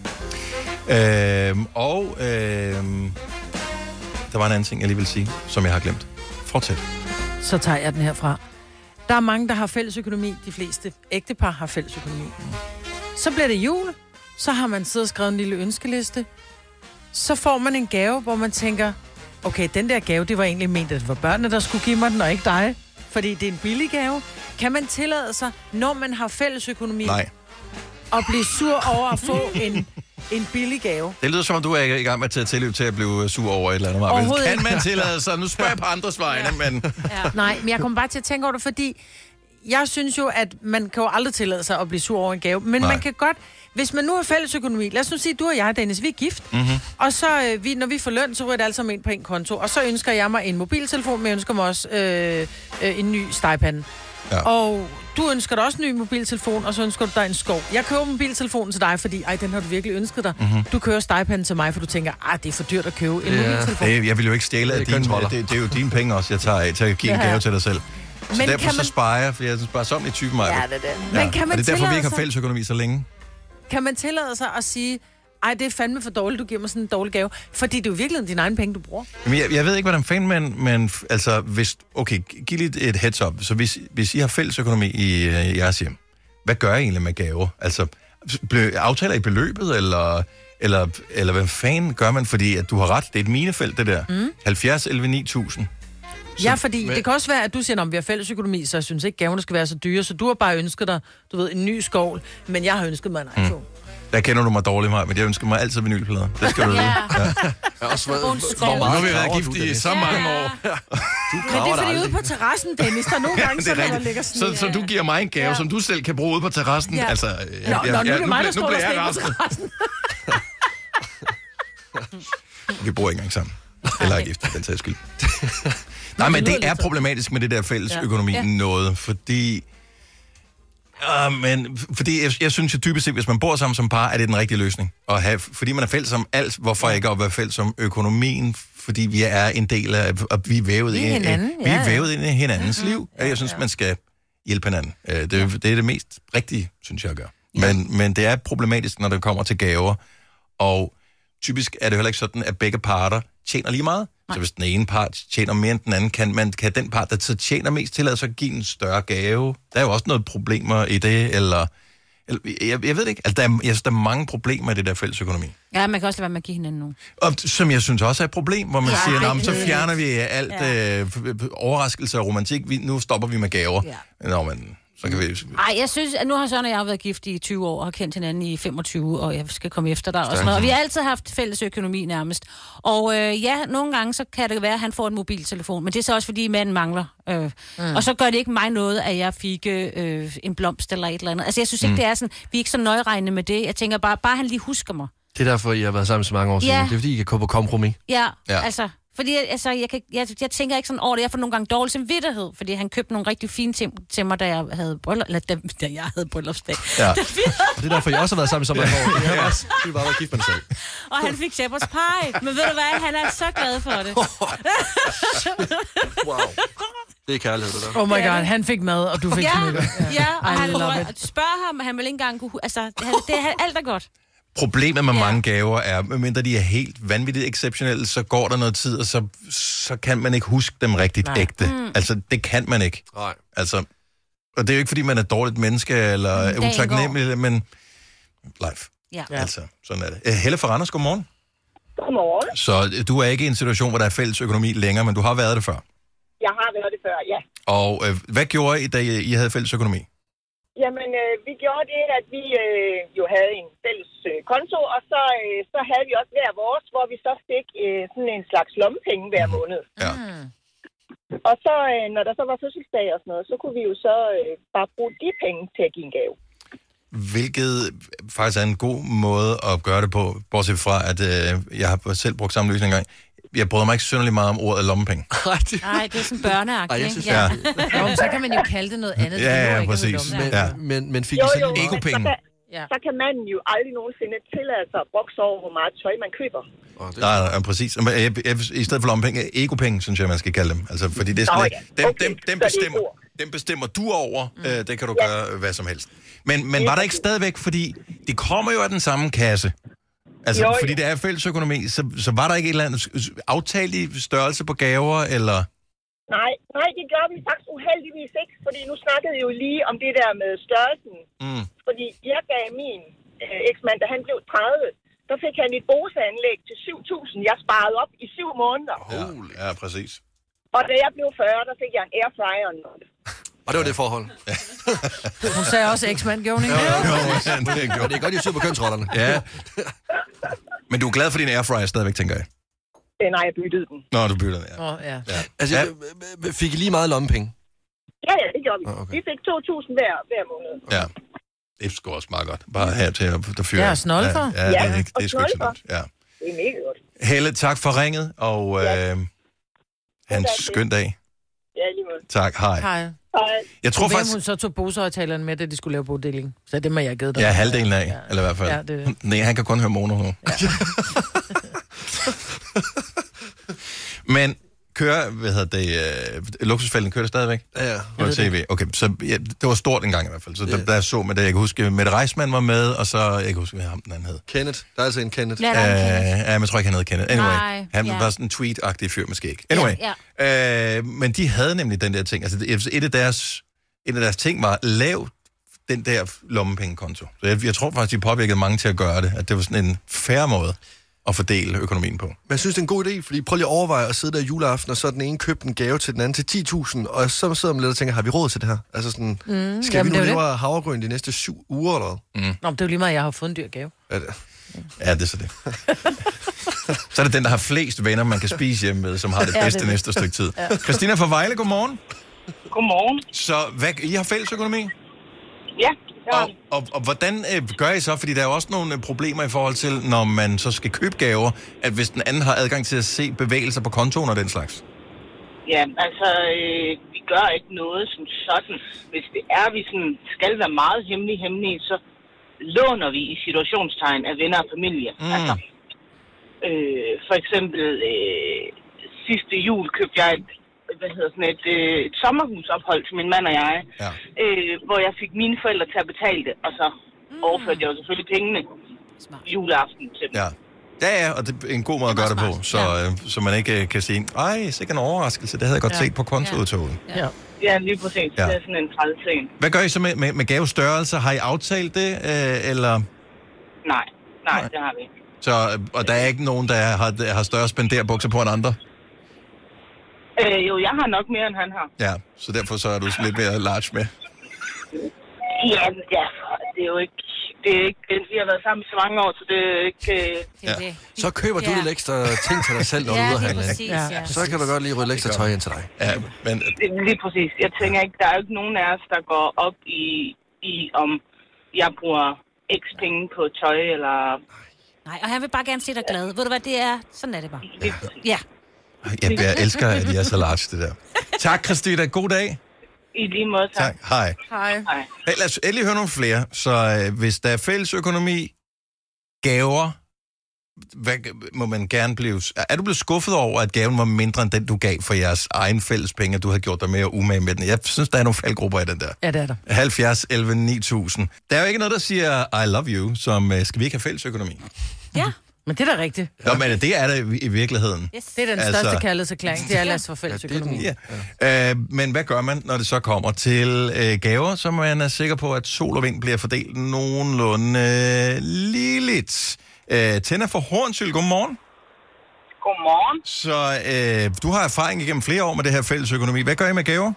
Øh, og øh, der var en anden ting, jeg lige vil sige, som jeg har glemt. Fortsæt. Så tager jeg den herfra. Der er mange, der har fælles økonomi. De fleste ægtepar har fælles økonomi. Så bliver det jul. Så har man siddet og skrevet en lille ønskeliste. Så får man en gave, hvor man tænker, okay, den der gave, det var egentlig ment, at det var børnene, der skulle give mig den, og ikke dig. Fordi det er en billig gave. Kan man tillade sig, når man har fælles økonomi, Nej. at blive sur over at få en, en billig gave? Det lyder som om, du er i gang med at tage tilløb til at blive sur over et eller andet. Overhovedet Kan ikke. man tillade sig? Nu spørger jeg på andres vegne, ja. men... Ja. Nej, men jeg kommer bare til at tænke over det, fordi jeg synes jo, at man kan jo aldrig tillade sig at blive sur over en gave. Men Nej. man kan godt, hvis man nu har fælles økonomi, lad os nu sige, du og jeg, Dennis, vi er gift. Mm-hmm. Og så, øh, vi, når vi får løn, så ryger det alt sammen ind på en konto. Og så ønsker jeg mig en mobiltelefon, men jeg ønsker mig også øh, øh, en ny stegepande. Ja. Og du ønsker dig også en ny mobiltelefon, og så ønsker du dig en skov. Jeg køber mobiltelefonen til dig, fordi ej, den har du virkelig ønsket dig. Mhm. Du kører stegepanden til mig, for du tænker, ah, det er for dyrt at købe en Ja. mobiltelefon. Det, jeg vil jo ikke stjæle af Det er dine, kontroller. det, det er jo dine penge også, jeg tager af til at give en Ja. gave til dig selv. Så Men derfor kan så man- sparer jeg, for jeg synes bare som i typen mig. Ja, det er det. Men kan man og det er derfor, vi tillade ikke har sig- fælles økonomi så længe. Kan man tillade sig at sige, ej, det er fandme for dårligt, du giver mig sådan en dårlig gave? Fordi det er jo virkelig dine egne penge, du bruger. Men jeg, jeg ved ikke, hvordan fanden man, men f- altså, hvis, okay, giv lige et heads up. Så hvis, hvis I har fælles økonomi i, øh, i jeres hjem, hvad gør I egentlig med gaver? Altså, ble, aftaler I beløbet, eller, eller, eller hvad fanden gør man? Fordi at du har ret, det er et minefelt, det der. Mm. halvfjerds elleve ni tusind. Ja, fordi men- det kan også være, at du siger, at vi har fælles økonomi, så jeg synes ikke, gaverne skal være så dyre. Så du har bare ønsket dig, du ved, en ny skovl, men jeg har ønsket mig en iPhone. Der kender du mig dårligt, Maja, men jeg ønsker mig altid vinylplader. Det skal du vide. Ja. Ja. Jeg har også været, Hvor hvor Nu meget har vi været graver gift du, i Dennis? så mange år. Du Men det graver er dig fordi ude aldrig. på terrassen, Dennis, der er nogle Ja, gange, det så er der rigtigt. ligger sne. Så, så du giver mig en gave, Ja. som du selv kan bruge ude på terrassen? Ja. Altså, jeg, Nå, nå, nu er det mig, der står bliver der jeg sne på rasende. terrassen. Vi bor ikke engang sammen. Eller er gift, for den sags skyld. Nej, men det er problematisk med det der fælles Ja. økonomi Ja. noget, fordi... Uh, men fordi jeg, jeg synes jo typisk set, hvis man bor sammen som par, er det den rigtige løsning. At have, fordi man er fælles om alt, hvorfor ikke at være fælles om økonomien? Fordi vi er en del af, og vi er vævet, Vi er ind, i- hinanden, vi ja, er ja. vævet ind i hinandens liv. Ja, jeg synes, man skal hjælpe hinanden. Uh, det, det er det mest rigtige, synes jeg at gøre. Men, men det er problematisk, når det kommer til gaver. Og typisk er det heller ikke sådan, at begge parter tjener lige meget. Nej. Så hvis den ene part tjener mere end den anden, kan, man, kan den part, der så tjener mest, tillade sig at give en større gave. Der er jo også noget problemer i det, eller... eller jeg, jeg ved det ikke. Altså, der er, jeg synes, der er mange problemer i det der fælles økonomi. Ja, man kan også lade være med at give hinanden nogen. Og som jeg synes også er et problem, hvor man Ja, ja, siger, det- "Nå, men så fjerner vi alt ja. øh, overraskelse og romantik. Vi, nu stopper vi med gaver. Ja. Nå, men så kan vi... Nej, jeg synes, at nu har Søren og jeg været gift i tyve år og har kendt hinanden i femogtyve, og jeg skal komme efter dig og sådan noget. Og vi har altid haft fælles økonomi nærmest. Og øh, ja, nogle gange så kan det være, at han får en mobiltelefon, men det er så også, fordi manden mangler. Øh. Mm. Og så gør det ikke mig noget, at jeg fik øh, en blomst eller et eller andet. Altså, jeg synes ikke, Mm. det er sådan, vi er ikke så nøjeregnende med det. Jeg tænker bare, bare han lige husker mig. Det er derfor, I har været sammen så mange år siden. Ja. Det er fordi, I kan gå på kompromis. Ja, Ja. ja. altså... Fordi altså, jeg, kan, jeg, jeg tænker ikke sådan over det. Jeg får nogle gange dårlig samvittighed, fordi han købte nogle rigtig fine ting til mig, da jeg havde bryllup, eller da, da jeg havde bryllupsdag. Ja. Da Og vi havde- det er derfor, I også har været sammen så mange år. I har også, I har bare været gift med dig selv. Og han fik shepherd's pie. Men ved du hvad, han er så glad for det. Wow. Det er kærlighed, det der. Oh my god, han fik mad, og du fik ja, smykker. ja, og I han love og it. spørger ham, og han vil ikke engang kunne... Altså, det, det er alt er godt. Problemet med ja. mange gaver er, medmindre de er helt vanvittigt exceptionelle, så går der noget tid, og så, så kan man ikke huske dem rigtigt Nej. ægte. Mm. Altså, det kan man ikke. Nej. Altså, og det er jo ikke, fordi man er et dårligt menneske, eller mm, utaknemmelig, men life. Ja. Altså, sådan er det. Helle fra Randers, godmorgen. Godmorgen. Så du er ikke i en situation, hvor der er fælles økonomi længere, men du har været det før? Jeg har været det før, ja. Og øh, hvad gjorde I, da I havde fælles økonomi? Jamen, øh, vi gjorde det, at vi øh, jo havde en fælles øh, konto, og så, øh, så havde vi også hver vores, hvor vi så fik øh, sådan en slags lommepenge hver måned. Ja. Og så, øh, når der så var fødselsdag og sådan noget, så kunne vi jo så øh, bare bruge de penge til at give en gave. Hvilket faktisk er en god måde at gøre det på, bortset fra, at øh, jeg har selv brugt samme løsning engang. Jeg bryder mig ikke synderligt meget om ordet lommepenge. Nej, det er sådan børneagtigt, ikke? Synes, ja. Ja. Jo, så kan man jo kalde det noget andet. Ja, ja, præcis. Men, ja. men, men fik jo, I sådan jo, en egopenge? Så, ja. så kan manden jo aldrig nogensinde tillade sig at brokse over, hvor meget tøj man køber. Oh, nej, nej, præcis. Jeg, jeg, jeg, I stedet for lommepenge, egopenge, synes jeg, man skal kalde dem. Altså, fordi det er sådan, Nå, ja. dem, okay, dem, dem, bestemmer, dem bestemmer du over. Mm. Øh, det kan du ja. gøre hvad som helst. Men, men var der ikke stadigvæk, fordi de kommer jo af den samme kasse. Altså, jo, fordi det er fælles økonomi, så, så var der ikke et eller andet aftalt størrelse på gaver, eller? Nej, nej, det gør vi faktisk uheldigvis ikke, fordi nu snakkede jeg jo lige om det der med størrelsen. Mm. Fordi jeg gav min øh, eksmand, da han blev tredive, der fik han et boseanlæg til syv tusind. Jeg sparede op i syv måneder. Ja, ja, præcis. Og da jeg blev fyrre, der fik jeg en airfryer. Og det var det forhold. Ja. Hun sagde også eksmand, gjorde hun ikke? Jo, jo, jo, det er godt. Det er godt, I syr på kønsrollerne. Ja. Men du er glad for din airfryer stadigvæk, tænker jeg? Øh, nej, jeg byttede den. Nå, du byttede den, ja. Oh, ja. ja. Altså, ja. Fik I lige meget lommepenge? Ja, ja, det gjorde vi. Oh, okay. Vi fik to tusind hver, hver måned. Ja. Det er også meget godt. Bare her til at fyre. Ja, snolde for. Ja, ja, ja, det, er, det er sgu ikke så godt. Ja. Det er mega godt. Helle, tak for ringet, og ja. øh, have en skøn dag. Ja, lige måde. Tak, hej. Hej. Hej. Jeg tror Ved, faktisk... hun så tog Bose-højtalerne med, da de skulle lave bodeling. Så det må jeg givet dig. Ja, halvdelen af, ja. Eller i hvert fald. Ja, det... Nej, han kan kun høre mono nu. Ja. Men kører, hvad hedder det, øh, luksusfælden kører det stadigvæk? Ja, ja. På T V. Okay, så ja, det var stort engang i hvert fald. Så ja. der, der så med det, jeg kan huske, Mette Reisman var med, og så, jeg kan huske, hvad ham den anden hed. Kenneth. Der er altså en Kenneth. Ja, der er en Kenneth. Uh, ja, men jeg tror ikke, han hed Kenneth. Anyway, Nej, han ja. var sådan en tweet-agtig fyr med skæg. Anyway, Ja, ja. Uh, men de havde nemlig den der ting. Altså, et af deres, et af deres ting var, lav den der lommepengekonto. Så jeg, jeg tror faktisk, de påvirkede mange til at gøre det. At det var sådan en fair måde at fordele økonomien på. Men jeg synes, det er en god idé, fordi prøv lige at overveje at sidde der juleaften, og så den ene købt en gave til den anden til ti tusind, og så sidder man lidt og tænker, har vi råd til det her? Altså sådan, Mm, skal jamen, vi nu det er jo leve af havregryn de næste syv uger, eller hvad? Mm. Nå, men det er jo lige meget, jeg har fået en dyr gave. Er det? Ja, det er så det. Så er det den, der har flest venner, man kan spise hjemme med, som har det Ja, bedste det er det. næste stykke tid. Ja. Christina fra Vejle, godmorgen. Godmorgen. Så hvad, I har fælles økonomi? Ja. Og, og, og hvordan øh, gør I så? Fordi der er jo også nogle øh, problemer i forhold til, når man så skal købe gaver, at hvis den anden har adgang til at se bevægelser på kontoen og den slags. Ja, altså, øh, vi gør ikke noget som sådan. Hvis det er, vi sådan skal være meget hemmelige, hemmelige, så låner vi i situationstegn af venner og familie. Mm. Altså, øh, for eksempel øh, sidste jul købte jeg et, hvad hedder sådan et, øh, et sommerhusophold til min mand og jeg, ja. øh, hvor jeg fik mine forældre til at betale det, og så mm. overførte jeg jo selvfølgelig pengene Smart. juleaften til dem. Ja. Ja, ja, og det er en god måde at gøre det på, så, ja. øh, så man ikke øh, kan sige, ej, sikkert en overraskelse, det havde jeg godt ja. set på kontoudtoget. Ja. Ja, lige præcis. Ja. Det er sådan en træls ting. Hvad gør I så med, med, med gavestørrelser? Har I aftalt det, øh, eller? Nej, nej, nej, det har vi ikke. Så, og der er ikke nogen, der har, der har større spenderbukser på end andre? Øh, jo, jeg har nok mere, end han har. Ja, så derfor så er du lidt mere large med. Ja, ja, det er jo ikke... Det er ikke, vi har været sammen i så mange år, så det er ikke... Øh... Ja. Det. Så køber du Ja. lidt ekstra ting til dig selv, når Ja, du er ude lige at handle. præcis, Ja. ja. Så kan du godt lige rydde ekstra tøj ind til dig. Ja, men... Lige præcis. Jeg tænker ikke, der er jo ikke nogen af os, der går op i, i om jeg bruger x penge på tøj, eller... Nej, og han vil bare gerne se dig glad. Ved du hvad, det er... Sådan er det bare. Ja. Ja. Jeg, jeg elsker, at de er så large, det der. Tak, Christina. God dag. I lige måde, tak. Tak. Hej. Hej. Hej. Hey, lad os endelig høre nogle flere. Så øh, hvis der er fælles økonomi, gaver, hvad må man gerne blive... Er du blevet skuffet over, at gaven var mindre end den, du gav for jeres egen fælles penge, at du havde gjort dig mere umage med den? Jeg synes, der er nogle faldgrupper i den der. Ja, det er der. halvfjerds elleve ni tusind. Der er jo ikke noget, der siger, I love you, som uh, skal vi ikke have fælles økonomi? Ja. Men det er da rigtigt. Nå, men det er det i virkeligheden. Yes. Det er den største altså, kærlighedserklæring. Det er lad os få fælles økonomi. Ja. Ja. Uh, men hvad gør man, når det så kommer til uh, gaver, så man er sikker på, at sol og vind bliver fordelt nogenlunde uh, ligeligt? Uh, Tænder for Hornsyld, godmorgen. Godmorgen. Så uh, du har erfaring igennem flere år med det her fælles økonomi. Hvad gør I med gaver?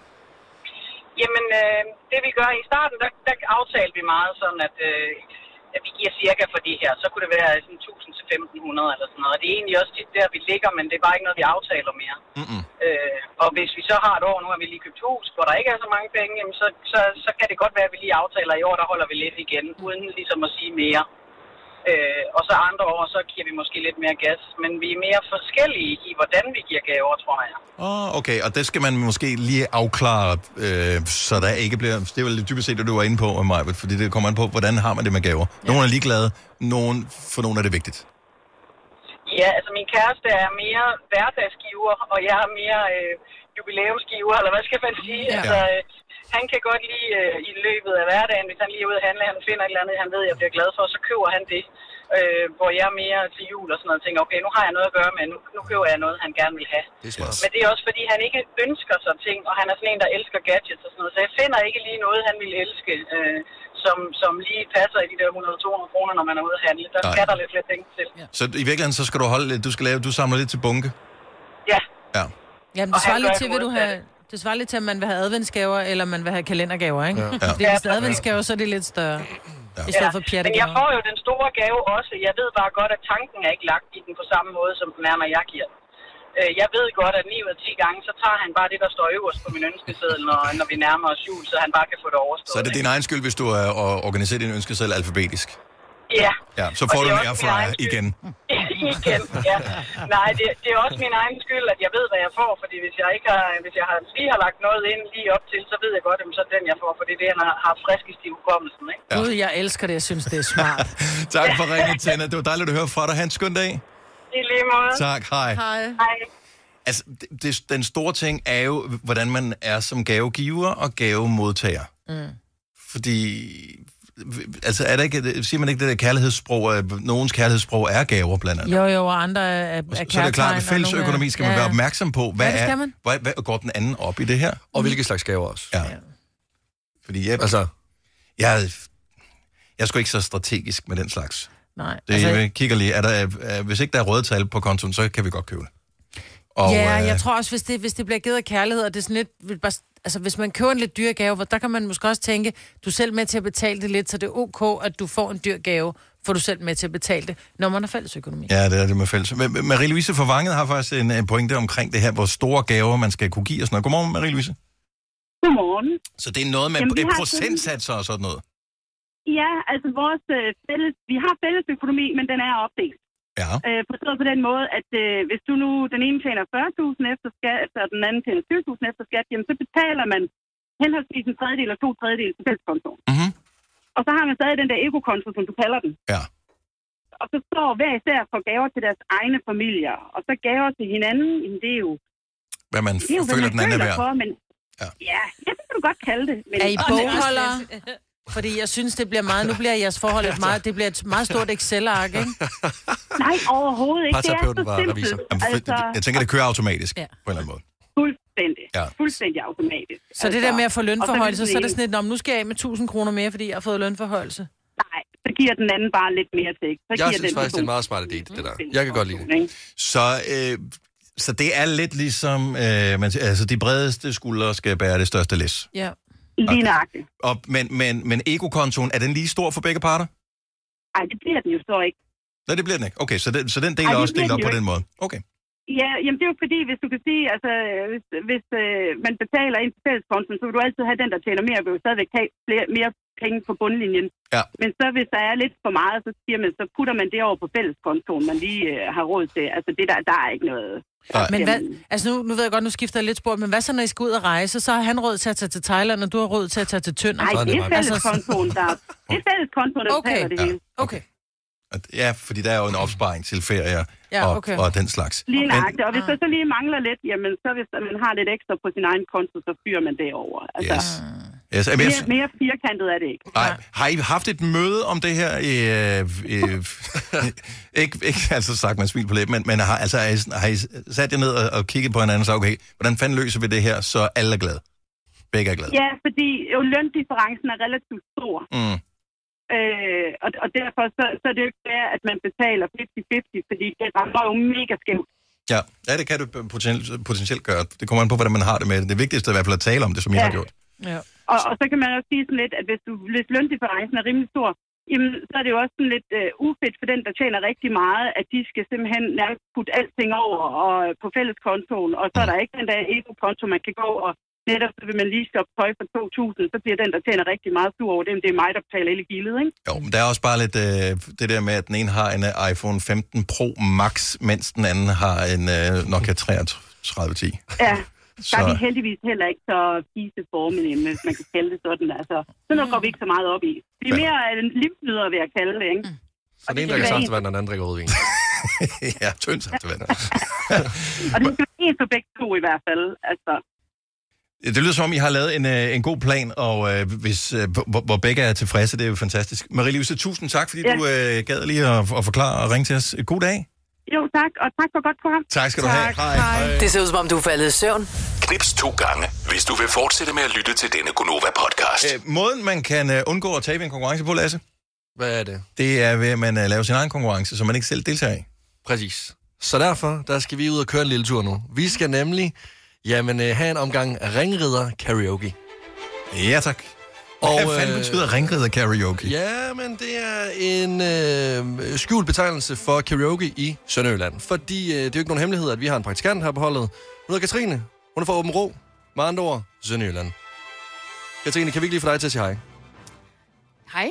Jamen, øh, det vi gør i starten, der, der aftalte vi meget sådan, at, øh, at vi giver cirka for det her. Så kunne det være sådan tusind til femten hundrede eller sådan noget. Og det er egentlig også der, vi ligger, men det er bare ikke noget, vi aftaler mere. Mm-hmm. Øh, og hvis vi så har et år, nu har vi lige købt hus, hvor der ikke er så mange penge, jamen så, så, så kan det godt være, at vi lige aftaler i år, der holder vi lidt igen, uden ligesom at sige mere. Øh, og så andre år, så giver vi måske lidt mere gas. Men vi er mere forskellige i, hvordan vi giver gaver, tror jeg. Oh, okay, og det skal man måske lige afklare, øh, så der ikke bliver... Det er vel dybest set, det du var inde på, Majbert, fordi det kommer an på, hvordan har man det med gaver. Ja. Nogle er ligeglade, nogen, for nogle er det vigtigt. Ja, altså min kæreste er mere hverdagsgiver, og jeg er mere øh, jubilæumsgiver, eller hvad skal man sige? Ja. Altså, øh, han kan godt lide øh, i løbet af hverdagen, hvis han lige er ude at handle, han finder et eller andet, han ved, jeg bliver glad for, så køber han det. Øh, hvor jeg er mere til jul og sådan noget, og tænker, okay, nu har jeg noget at gøre med, nu, nu køber jeg noget, han gerne vil have. Det Men det er også, fordi han ikke ønsker sig ting, og han er sådan en, der elsker gadgets og sådan noget, så jeg finder ikke lige noget, han vil elske, øh, som, som lige passer i de der hundrede til to hundrede kroner, når man er ude at handle. Der Nej. skal der lidt flere penge til. Ja. Så i virkeligheden, så skal du holde, du skal lave, du samler lidt til bunke? Ja. Ja. Jamen, det svarer lidt til, vil du have... Det svarer lidt til, at man vil have adventsgaver, eller man vil have kalendergaver, ikke? Ja. Ja. Fordi hvis det er adventsgaver, så er det lidt større. Ja. I stedet for pjattegaver. Men jeg får jo den store gave også. Jeg ved bare godt, at tanken er ikke lagt i den på samme måde, som den er, når jeg giver den. Jeg ved godt, at ni ud af ti gange, så tager han bare det, der står øverst på min ønskeseddel, når, når vi nærmer os jul, så han bare kan få det overstået. Så er det din egen skyld, hvis du er organiseret din ønskeseddel alfabetisk? Ja. Ja, så får du en airfryer igen. igen, ja. Nej, det, det er også min egen skyld, at jeg ved, hvad jeg får, fordi hvis jeg ikke har, hvis jeg har, lige har lagt noget ind lige op til, så ved jeg godt, at så er den, jeg får, for det er det, han har, har friskest i hukommelsen, ikke? Ja. Gud, jeg elsker det, jeg synes, det er smart. Tak for ringen, Tænder. Det var dejligt at høre fra dig. Ha' en skøn dag. I lige måde. Tak, hej. Hej. Hej. Altså, det, det, den store ting er jo, hvordan man er som gavegiver og gavemodtager. Mm. Fordi... Altså, er der ikke, siger man ikke det der kærlighedssprog, at nogens kærlighedssprog er gaver blandt andet? Jo, jo, og andre er, er kærtegn. Så det er klart, at fælles økonomi skal man ja, ja. være opmærksom på. Hvad, ja, er, hvad, hvad går den anden op i det her? Og mm. hvilke slags gaver også. Ja. ja. Fordi jeg, altså, jeg, jeg er sgu ikke så strategisk med den slags. Nej. Det, altså, jeg kigger lige, er der, er, hvis ikke der er røde tal på kontoen, så kan vi godt købe det. Og, ja, øh, jeg tror også, hvis det, hvis det bliver givet af kærlighed, og det er sådan lidt... Bare, altså, hvis man køber en lidt dyr gave, der kan man måske også tænke, du er selv med til at betale det lidt, så det er ok, at du får en dyr gave, for du selv med til at betale det, når man har fælles økonomi. Ja, det er det med fælles. Marie-Louise fra Vanget har faktisk en, en pointe omkring det her, hvor store gaver man skal kunne give og sådan noget. Godmorgen, Marie-Louise. Godmorgen. Så det er noget med Jamen, procentsatser og sådan noget? Ja, altså vores øh, fælles, vi har fælles økonomi, men den er opdelt. Ja. Øh, forstået på den måde, at øh, hvis du nu, den ene tjener fyrre tusind efter skat, og den anden tjener tyve tusind efter skat, jamen så betaler man henholdsvis en tredjedel og to tredjedel til fælleskontoen. Mm-hmm. Og så har man stadig den der ekokonto, som du kalder den. Ja. Og så står hver især for gaver til deres egne familier. Og så gaver til hinanden, jamen det er jo... Hvad man det er jo, føler man den anden er værd. For, men, ja. ja, det kan du godt kalde det. Men, er I bogholder? Fordi jeg synes, det bliver meget... Nu bliver jeres forhold et meget... Det bliver et meget stort Excel-ark, ikke? Nej, overhovedet ikke. Det er så simpelt. Altså... Jeg tænker, det kører automatisk ja. på en eller anden måde. Fuldstændig. Ja. Fuldstændig automatisk. Så altså, det der med at få lønforhøjelse, så er det sådan lidt, nu skal jeg af med tusind kroner mere, fordi jeg har fået lønforhøjelse. Nej, så giver den anden bare lidt mere til. Så jeg giver synes den faktisk, det er en meget smart idé, det der. Jeg kan godt lide det. Så, øh, så det er lidt ligesom, øh, man, altså de bredeste skuldre skal bære det største læs. Ja. Lige nøjagtigt. Og, men, men, men ekokontoen, er den lige stor for begge parter? Nej, det bliver den jo så ikke. Nej, det bliver den ikke. Okay, så den, så den del er også delt op på den måde. Okay. Ja, jamen det er jo fordi, hvis du kan sige, altså hvis, hvis øh, man betaler ind til fælleskontoen, så vil du altid have den, der tjener mere, og vil jo stadigvæk have flere, mere penge på bundlinjen. Ja. Men så hvis der er lidt for meget, så siger man, så putter man det over på fælleskontoen, man lige øh, har råd til. Altså det der, der er ikke noget... Nej. Men hvad, altså nu, nu ved jeg godt, nu skifter jeg lidt spor, men hvad så, når I skal ud og rejse, så har han råd til at tage til Thailand, og du har råd til at tage til Tønder? Nej, det er fælleskontoen, der det er fælleskontoen, der okay. betaler det hele. Okay. Ja, fordi der er jo en opsparing til ferier Ja, og, okay. og den slags. Lige Men, nøjagtigt. Og hvis der så lige mangler lidt, jamen så hvis man har lidt ekstra på sin egen konto, så fyrer man det over. Altså, yes. Yes. Jamen, mere, jeg- mere firkantet er det ikke. Nej, har I haft et møde om det her? I, øh, i, ikke, ikke altså sagt med smil på læben, men, men har, altså, har, I, har I sat jer ned og, og kigget på hinanden og sagt, okay, hvordan fanden løser vi det her, så alle er glade? Begge er glade. Ja, fordi jo løndifferencen er relativt stor. Mm. Øh, og, og derfor så, så er det jo ikke fair, at man betaler halvtreds halvtreds, fordi det rammer jo mega skævt. Ja. ja, det kan du potentielt, potentielt gøre. Det kommer an på, hvordan man har det med det. Det vigtigste er i hvert fald at tale om det, som I Ja. har gjort. Ja. Og, og så kan man også sige sådan lidt, at hvis, du, hvis løndifferencen er rimelig stor, jamen, så er det jo også sådan lidt uh, ufedt for den, der tjener rigtig meget, at de skal simpelthen nærmest putte alting over og, på fælleskontoen, og så er der ikke den der ego-konto, man kan gå, og netop så vil man lige stoppe tøj for to tusind, så bliver den, der tjener rigtig meget sur over det, men det er mig, der betaler hele gildet, ikke? Jo, men der er også bare lidt øh, det der med, at den ene har en uh, iPhone femten Pro Max, mens den anden har en uh, Nokia treogtredive ti. Ja, der er Så- vi heldigvis heller ikke så fiseformende, hvis man kan kalde det sådan. Altså, sådan noget går vi ikke så meget op i. Vi er mere en livsnyder ved at kalde det, ikke? Så den ene drikker saftevand, og den anden drikker rødvin. ja, tynd saftevand. Og det skal være en for begge to i hvert fald. Altså, Det lyder som om, I har lavet en, øh, en god plan, og øh, hvis, øh, hvor, hvor begge er tilfredse, det er jo fantastisk. Marie-Louise, tusind tak, fordi Ja. du øh, gad lige at, at forklare og ringe til os. God dag. jo, tak, og tak for godt program. Tak skal du have. Hej. Hej. Det ser ud som om, du er faldet i søvn. Knips to gange, hvis du vil fortsætte med at lytte til denne Gonova-podcast. Øh, måden, man kan øh, undgå at tabe en konkurrence på, Lasse, Hvad er det? det er ved, at man øh, laver sin egen konkurrence, som man ikke selv deltager i. Præcis. Så derfor, der skal vi ud og køre en lille tur nu. Vi skal nemlig jamen, øh, have en omgang ringridder karaoke. Ja, tak. Hvad fanden betyder ringridder karaoke? Ja, men det er en øh, skjult betegnelse for karaoke i Sønderjylland. Fordi øh, det er jo ikke nogen hemmelighed, at vi har en praktikant her på holdet. Hun hedder Katrine. Hun er fra Åben Rå. Med andre ord, Sønderjylland. Katrine, kan vi ikke lige få dig til at sige hej? Hej.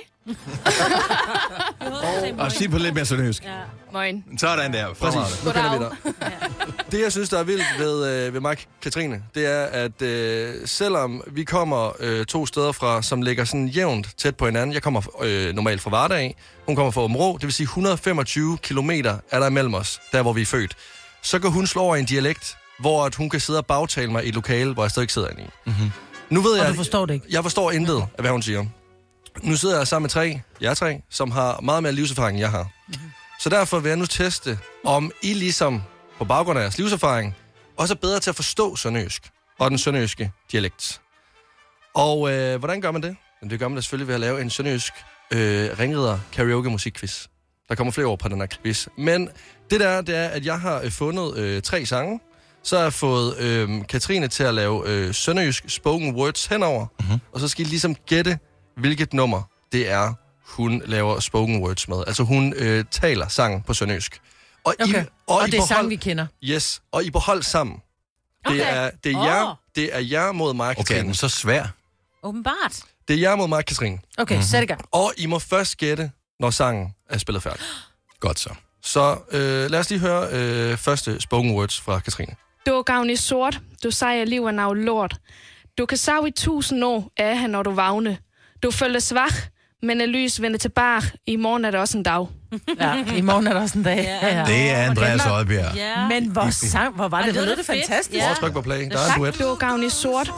Og sig på lidt mere sønderjysk. Ja. Moin. Sådan der. Præcis. Nu kender vi dig. Det, jeg synes, der er vildt ved, øh, ved mig, Katrine, det er, at øh, selvom vi kommer øh, to steder fra, som ligger sådan jævnt tæt på hinanden. Jeg kommer øh, normalt fra Varde af. Hun kommer fra Åben Rå. Det vil sige, et hundrede og femogtyve kilometer er der imellem os, der hvor vi er født. Så kan hun slå over i en dialekt, hvor at hun kan sidde og bagtale mig i et lokale, hvor jeg stadig ikke sidder inde i. Mm-hmm. Nu ved jeg, Og du forstår det ikke? Jeg forstår intet af, hvad hun siger. Nu sidder jeg sammen med tre, jer tre, som har meget mere livserfaring, end jeg har. Mm-hmm. Så derfor vil jeg nu teste, om I ligesom på baggrund af jeres livserfaring, også er bedre til at forstå sønderjysk og den sønderjyske dialekt. Og øh, hvordan gør man det? Men det gør man da selvfølgelig ved at lave en sønderjysk øh, ringridder karaoke musikquiz. Der kommer flere ord på den her quiz. Men det der, det er, at jeg har øh, fundet øh, tre sange. Så har jeg fået øh, Katrine til at lave øh, sønderjysk spoken words henover. Mm-hmm. Og så skal I ligesom gætte, hvilket nummer det er, hun laver spoken words med. Altså hun øh, taler sang på sønderjysk. Og, Okay. I, Og I det er behold, sang, vi kender. Yes, og I behold sammen. Det Okay. er, det er Åh. jer, det er jer mod mig, Katrine. Okay, den er så svær. Åbenbart. Det er jer mod mig, Katrine. Okay, mm-hmm. sæt i gang. Og I må først gætte, når sangen er spillet færdig. Godt så. Så øh, lad os lige høre øh, første spoken words fra Katrine. Du er gavn i sort, du sejrer liv af nav lort. Du kan sove i tusind år af her, når du vågne. Du føler svag, men er lys vender tilbage. I morgen er det også en dag. Ja, i morgen er der også en dag. Ja, ja. Det er Andreas Oddbjerg. Ja. Men hvor sang, hvor var det, det, det fantastisk. Ja. Tryk på play, der er en duet. Du er gavn i sort.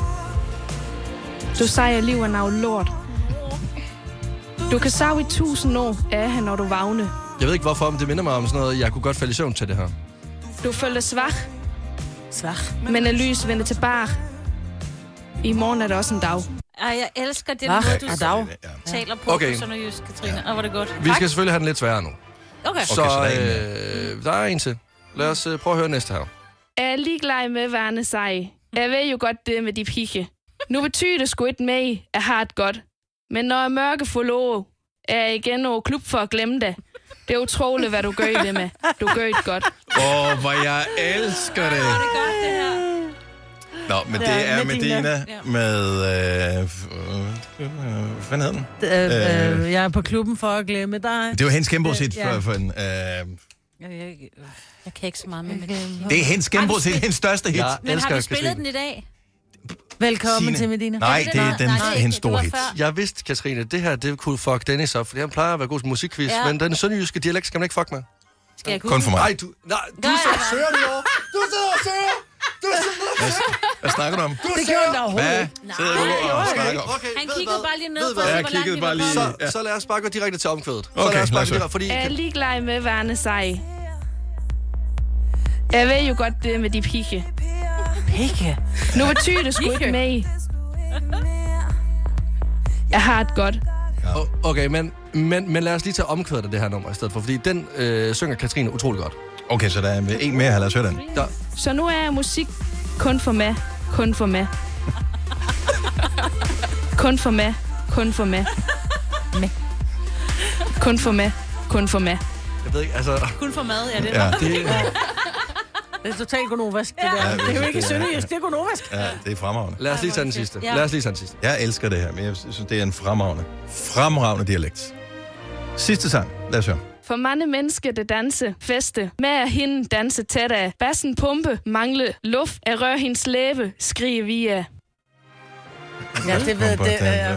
Du sejrer liv af nav lort. Du kan sove i tusind år af her, når du vågne. Jeg ved ikke hvorfor, men det minder mig om sådan noget, jeg kunne godt falde i søvn til det her. Du føler svag, Svag. men er lys vender tilbage. I morgen er det også en dag. Ej, jeg elsker den Hva? måde, du Ja, dag. taler på Okay. på sønderjysk, Katrine. Ja. Og var det godt. Vi skal selvfølgelig have den lidt sværere nu. Okay. Så Okay, så der er øh, der er en til. Lad os øh, prøve at høre næste her. Jeg er ligeglad med, hvad han siger. Jeg ved jo godt det med de pige. Nu betyder det sgu ikke med, at har det godt. Men når jeg mørke får lov, er jeg igen over klub for at glemme det. Det er utroligt, hvad du gør det med. Du gør det godt. Åh, oh, hvor jeg elsker det. Det er godt, det her. Nå, men det Ja, er Medina. Medina Ja. med... Øh, øh, hvad hedder den? Øh, Øh. øh, jeg er på klubben for at glemme dig. Det var hendes gennembrudshit Ja. for, for en... Øh, Jeg, jeg, jeg kan ikke så meget med det. det er hendes gennembrudshit, hendes største hit. Jeg Men elsker har du spillet Katrine. den i dag? Velkommen Signe. til Medina. Nej, det er den, hendes store hit. Jeg vidste, Katrine, det her, det kunne fuck Dennis op, fordi han plejer at være god til musikquiz, Ja. men den sønderjyske dialekt skal man ikke fuck med. Skal jeg Kun for mig. Nej, du, nej, du sidder og søger det over. Du sidder og søger. Du sidder og søger. Hvad snakker du om? Det gjorde han da overhovedet Hvad ikke. sidder du og snakker om? Okay, Han ved kiggede hvad? bare lige ned Ved for, hvad? Ja, hvor jeg kiggede bare lige. Så, Ja. så lad os bare gå direkte til omkvædet. Så Okay, lad os lad bare os gå høre. direkte, fordi... Er jeg ligeglad med Værne sej? Jeg ved jo godt det med de pigge. Pigge? Nu betyder det sgu ikke med. Jeg har et godt. Ja. Okay, men, men, men lad os lige tage omkvædet af det her nummer i stedet for, fordi den øh, synger Katrine utrolig godt. Okay, så der er en mere her. Lad os høre den. Der. Så nu er musik kun for mig. Kun for mig. Kun for mig. Kun for mig. Med. Kun for mig. Kun for mig. Jeg ved ikke, altså... Kun for mad, ja, det Ja. er Det, Det er totalt gonovask, det der. Ja, Det er jo ikke det er- sønderjysk, det er gonovask. Ja, det er fremragende. lad os lige tage den sidste. Ja. Lad os lige tage den sidste. Jeg elsker det her, men jeg synes, det er en fremragende, fremragende dialekt. Sidste sang. Lad os høre. For mange mennesker, det danse, feste. Med at hende danse tæt af. Bassen pumpe, mangle luft. At røre hendes læbe, skrige vi af. Ja, det ved det. Øh,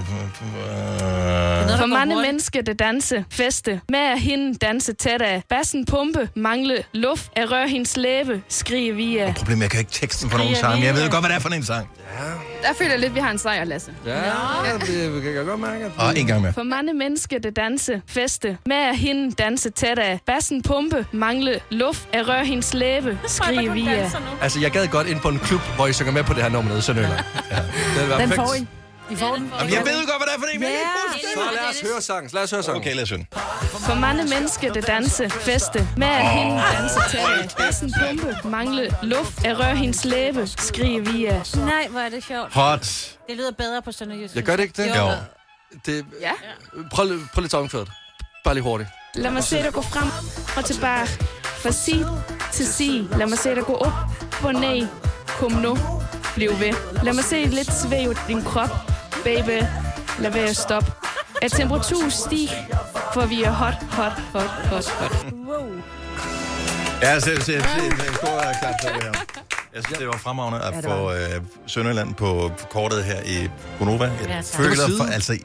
For mange mennesker, det danse, feste. Med at hende danse tæt af. Bassen pumpe, mangle luft. At røre hendes læbe, skrige vi af. Problemet, jeg kan ikke teksten på nogen sang, men jeg ved godt, hvad det er for en sang. Der føler jeg lidt, vi har en sejr, Lasse. Ja, det kan jeg godt mærke. At... Og en gang mere. For mange mennesker, det danse, feste. Med at hende danse tæt af. Bassen pumpe, mangle luft. At røre hendes læbe, skrige vi af. Altså, jeg gad godt ind på en klub, hvor I synger med på det her nummer nede i Sønderjylland. Ja. Det ville være Den perfekt. får I. I får den. Jamen, jeg ved jo godt, hvad det er for en. Ja. Så lad os høre sangen. Lad os høre sangen. Okay, lad os høre den. For mange mennesker, det danse, feste. Med at hende danse tæt af. Bassen pumpe, mangle luft. At røre hendes læbe, skrige vi af. Nej, hvor er det sjovt. Hot. Det lyder bedre på sønderjysk. Jeg gør det ikke det? Jo. Det... Ja. Prøv, lige- prøv lige til omkvædet. Bare lige hurtigt. Lad mig se dig gå frem og tilbage. Fra sig til sig. Lad mig se dig gå op og ned. Kom nu. Bliv ved. Lad mig se lidt svæve din krop. Baby, lad være at stoppe. At temperatur stiger, for vi er hot, hot, hot, hot, hot. Wow. Ja, se, se, se, det er stor klart for det her. Jeg synes, det var fremragende at få øh, Sønderjylland på kortet her i Gonova. Jeg Ja, tak. føler, Det var side. for, altså...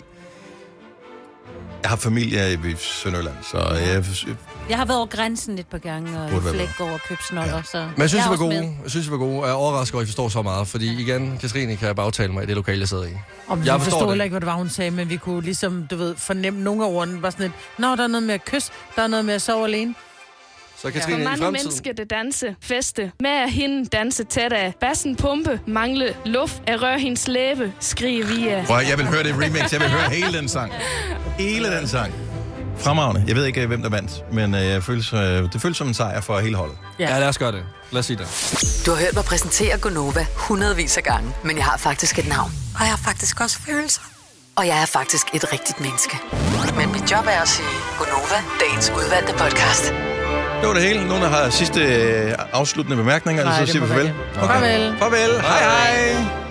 Jeg har familie i Sønderjylland, så jeg... Jeg har været over grænsen et par gange, og Burde være flæk over købsnoller, ja. Så Men jeg synes, er det var også gode. med. Jeg synes, det var gode. Jeg er overrasket over, at I forstår så meget. Fordi igen, Katrine kan jeg bagtale mig i det lokale, jeg sidder i. Og vi Jeg forstod forstår heller det. ikke, hvad det var, hun sagde, men vi kunne ligesom, du ved, fornemme nogle af ordene. Var sådan et, nå, der er noget med at kysse, der er noget med at sove alene. Så For Katrine, i mange fremtiden... mennesker, det danse, feste. Med at hende danse tæt af. Bassen pumpe, mangle luft. At røre hendes læbe, skrige vi af. Prøv, jeg vil høre det remix. Jeg vil høre hele den sang. Hele den sang. Fremragende. Jeg ved ikke, hvem der vandt, men øh, jeg føles, øh, det føles som en sejr for hele holdet. Ja. ja, lad os gøre det. Lad os sige det. Du har hørt mig præsentere Gonova hundredvis af gange, men jeg har faktisk et navn. Og jeg har faktisk også følelser. Og jeg er faktisk et rigtigt menneske. Men mit job er at sige Gonova, dagens udvalgte podcast. Det var det hele. Nogen, der har sidste øh, afsluttende bemærkninger, Nej, eller så det siger vi må farvel. være det. Farvel. Farvel. Hej hej.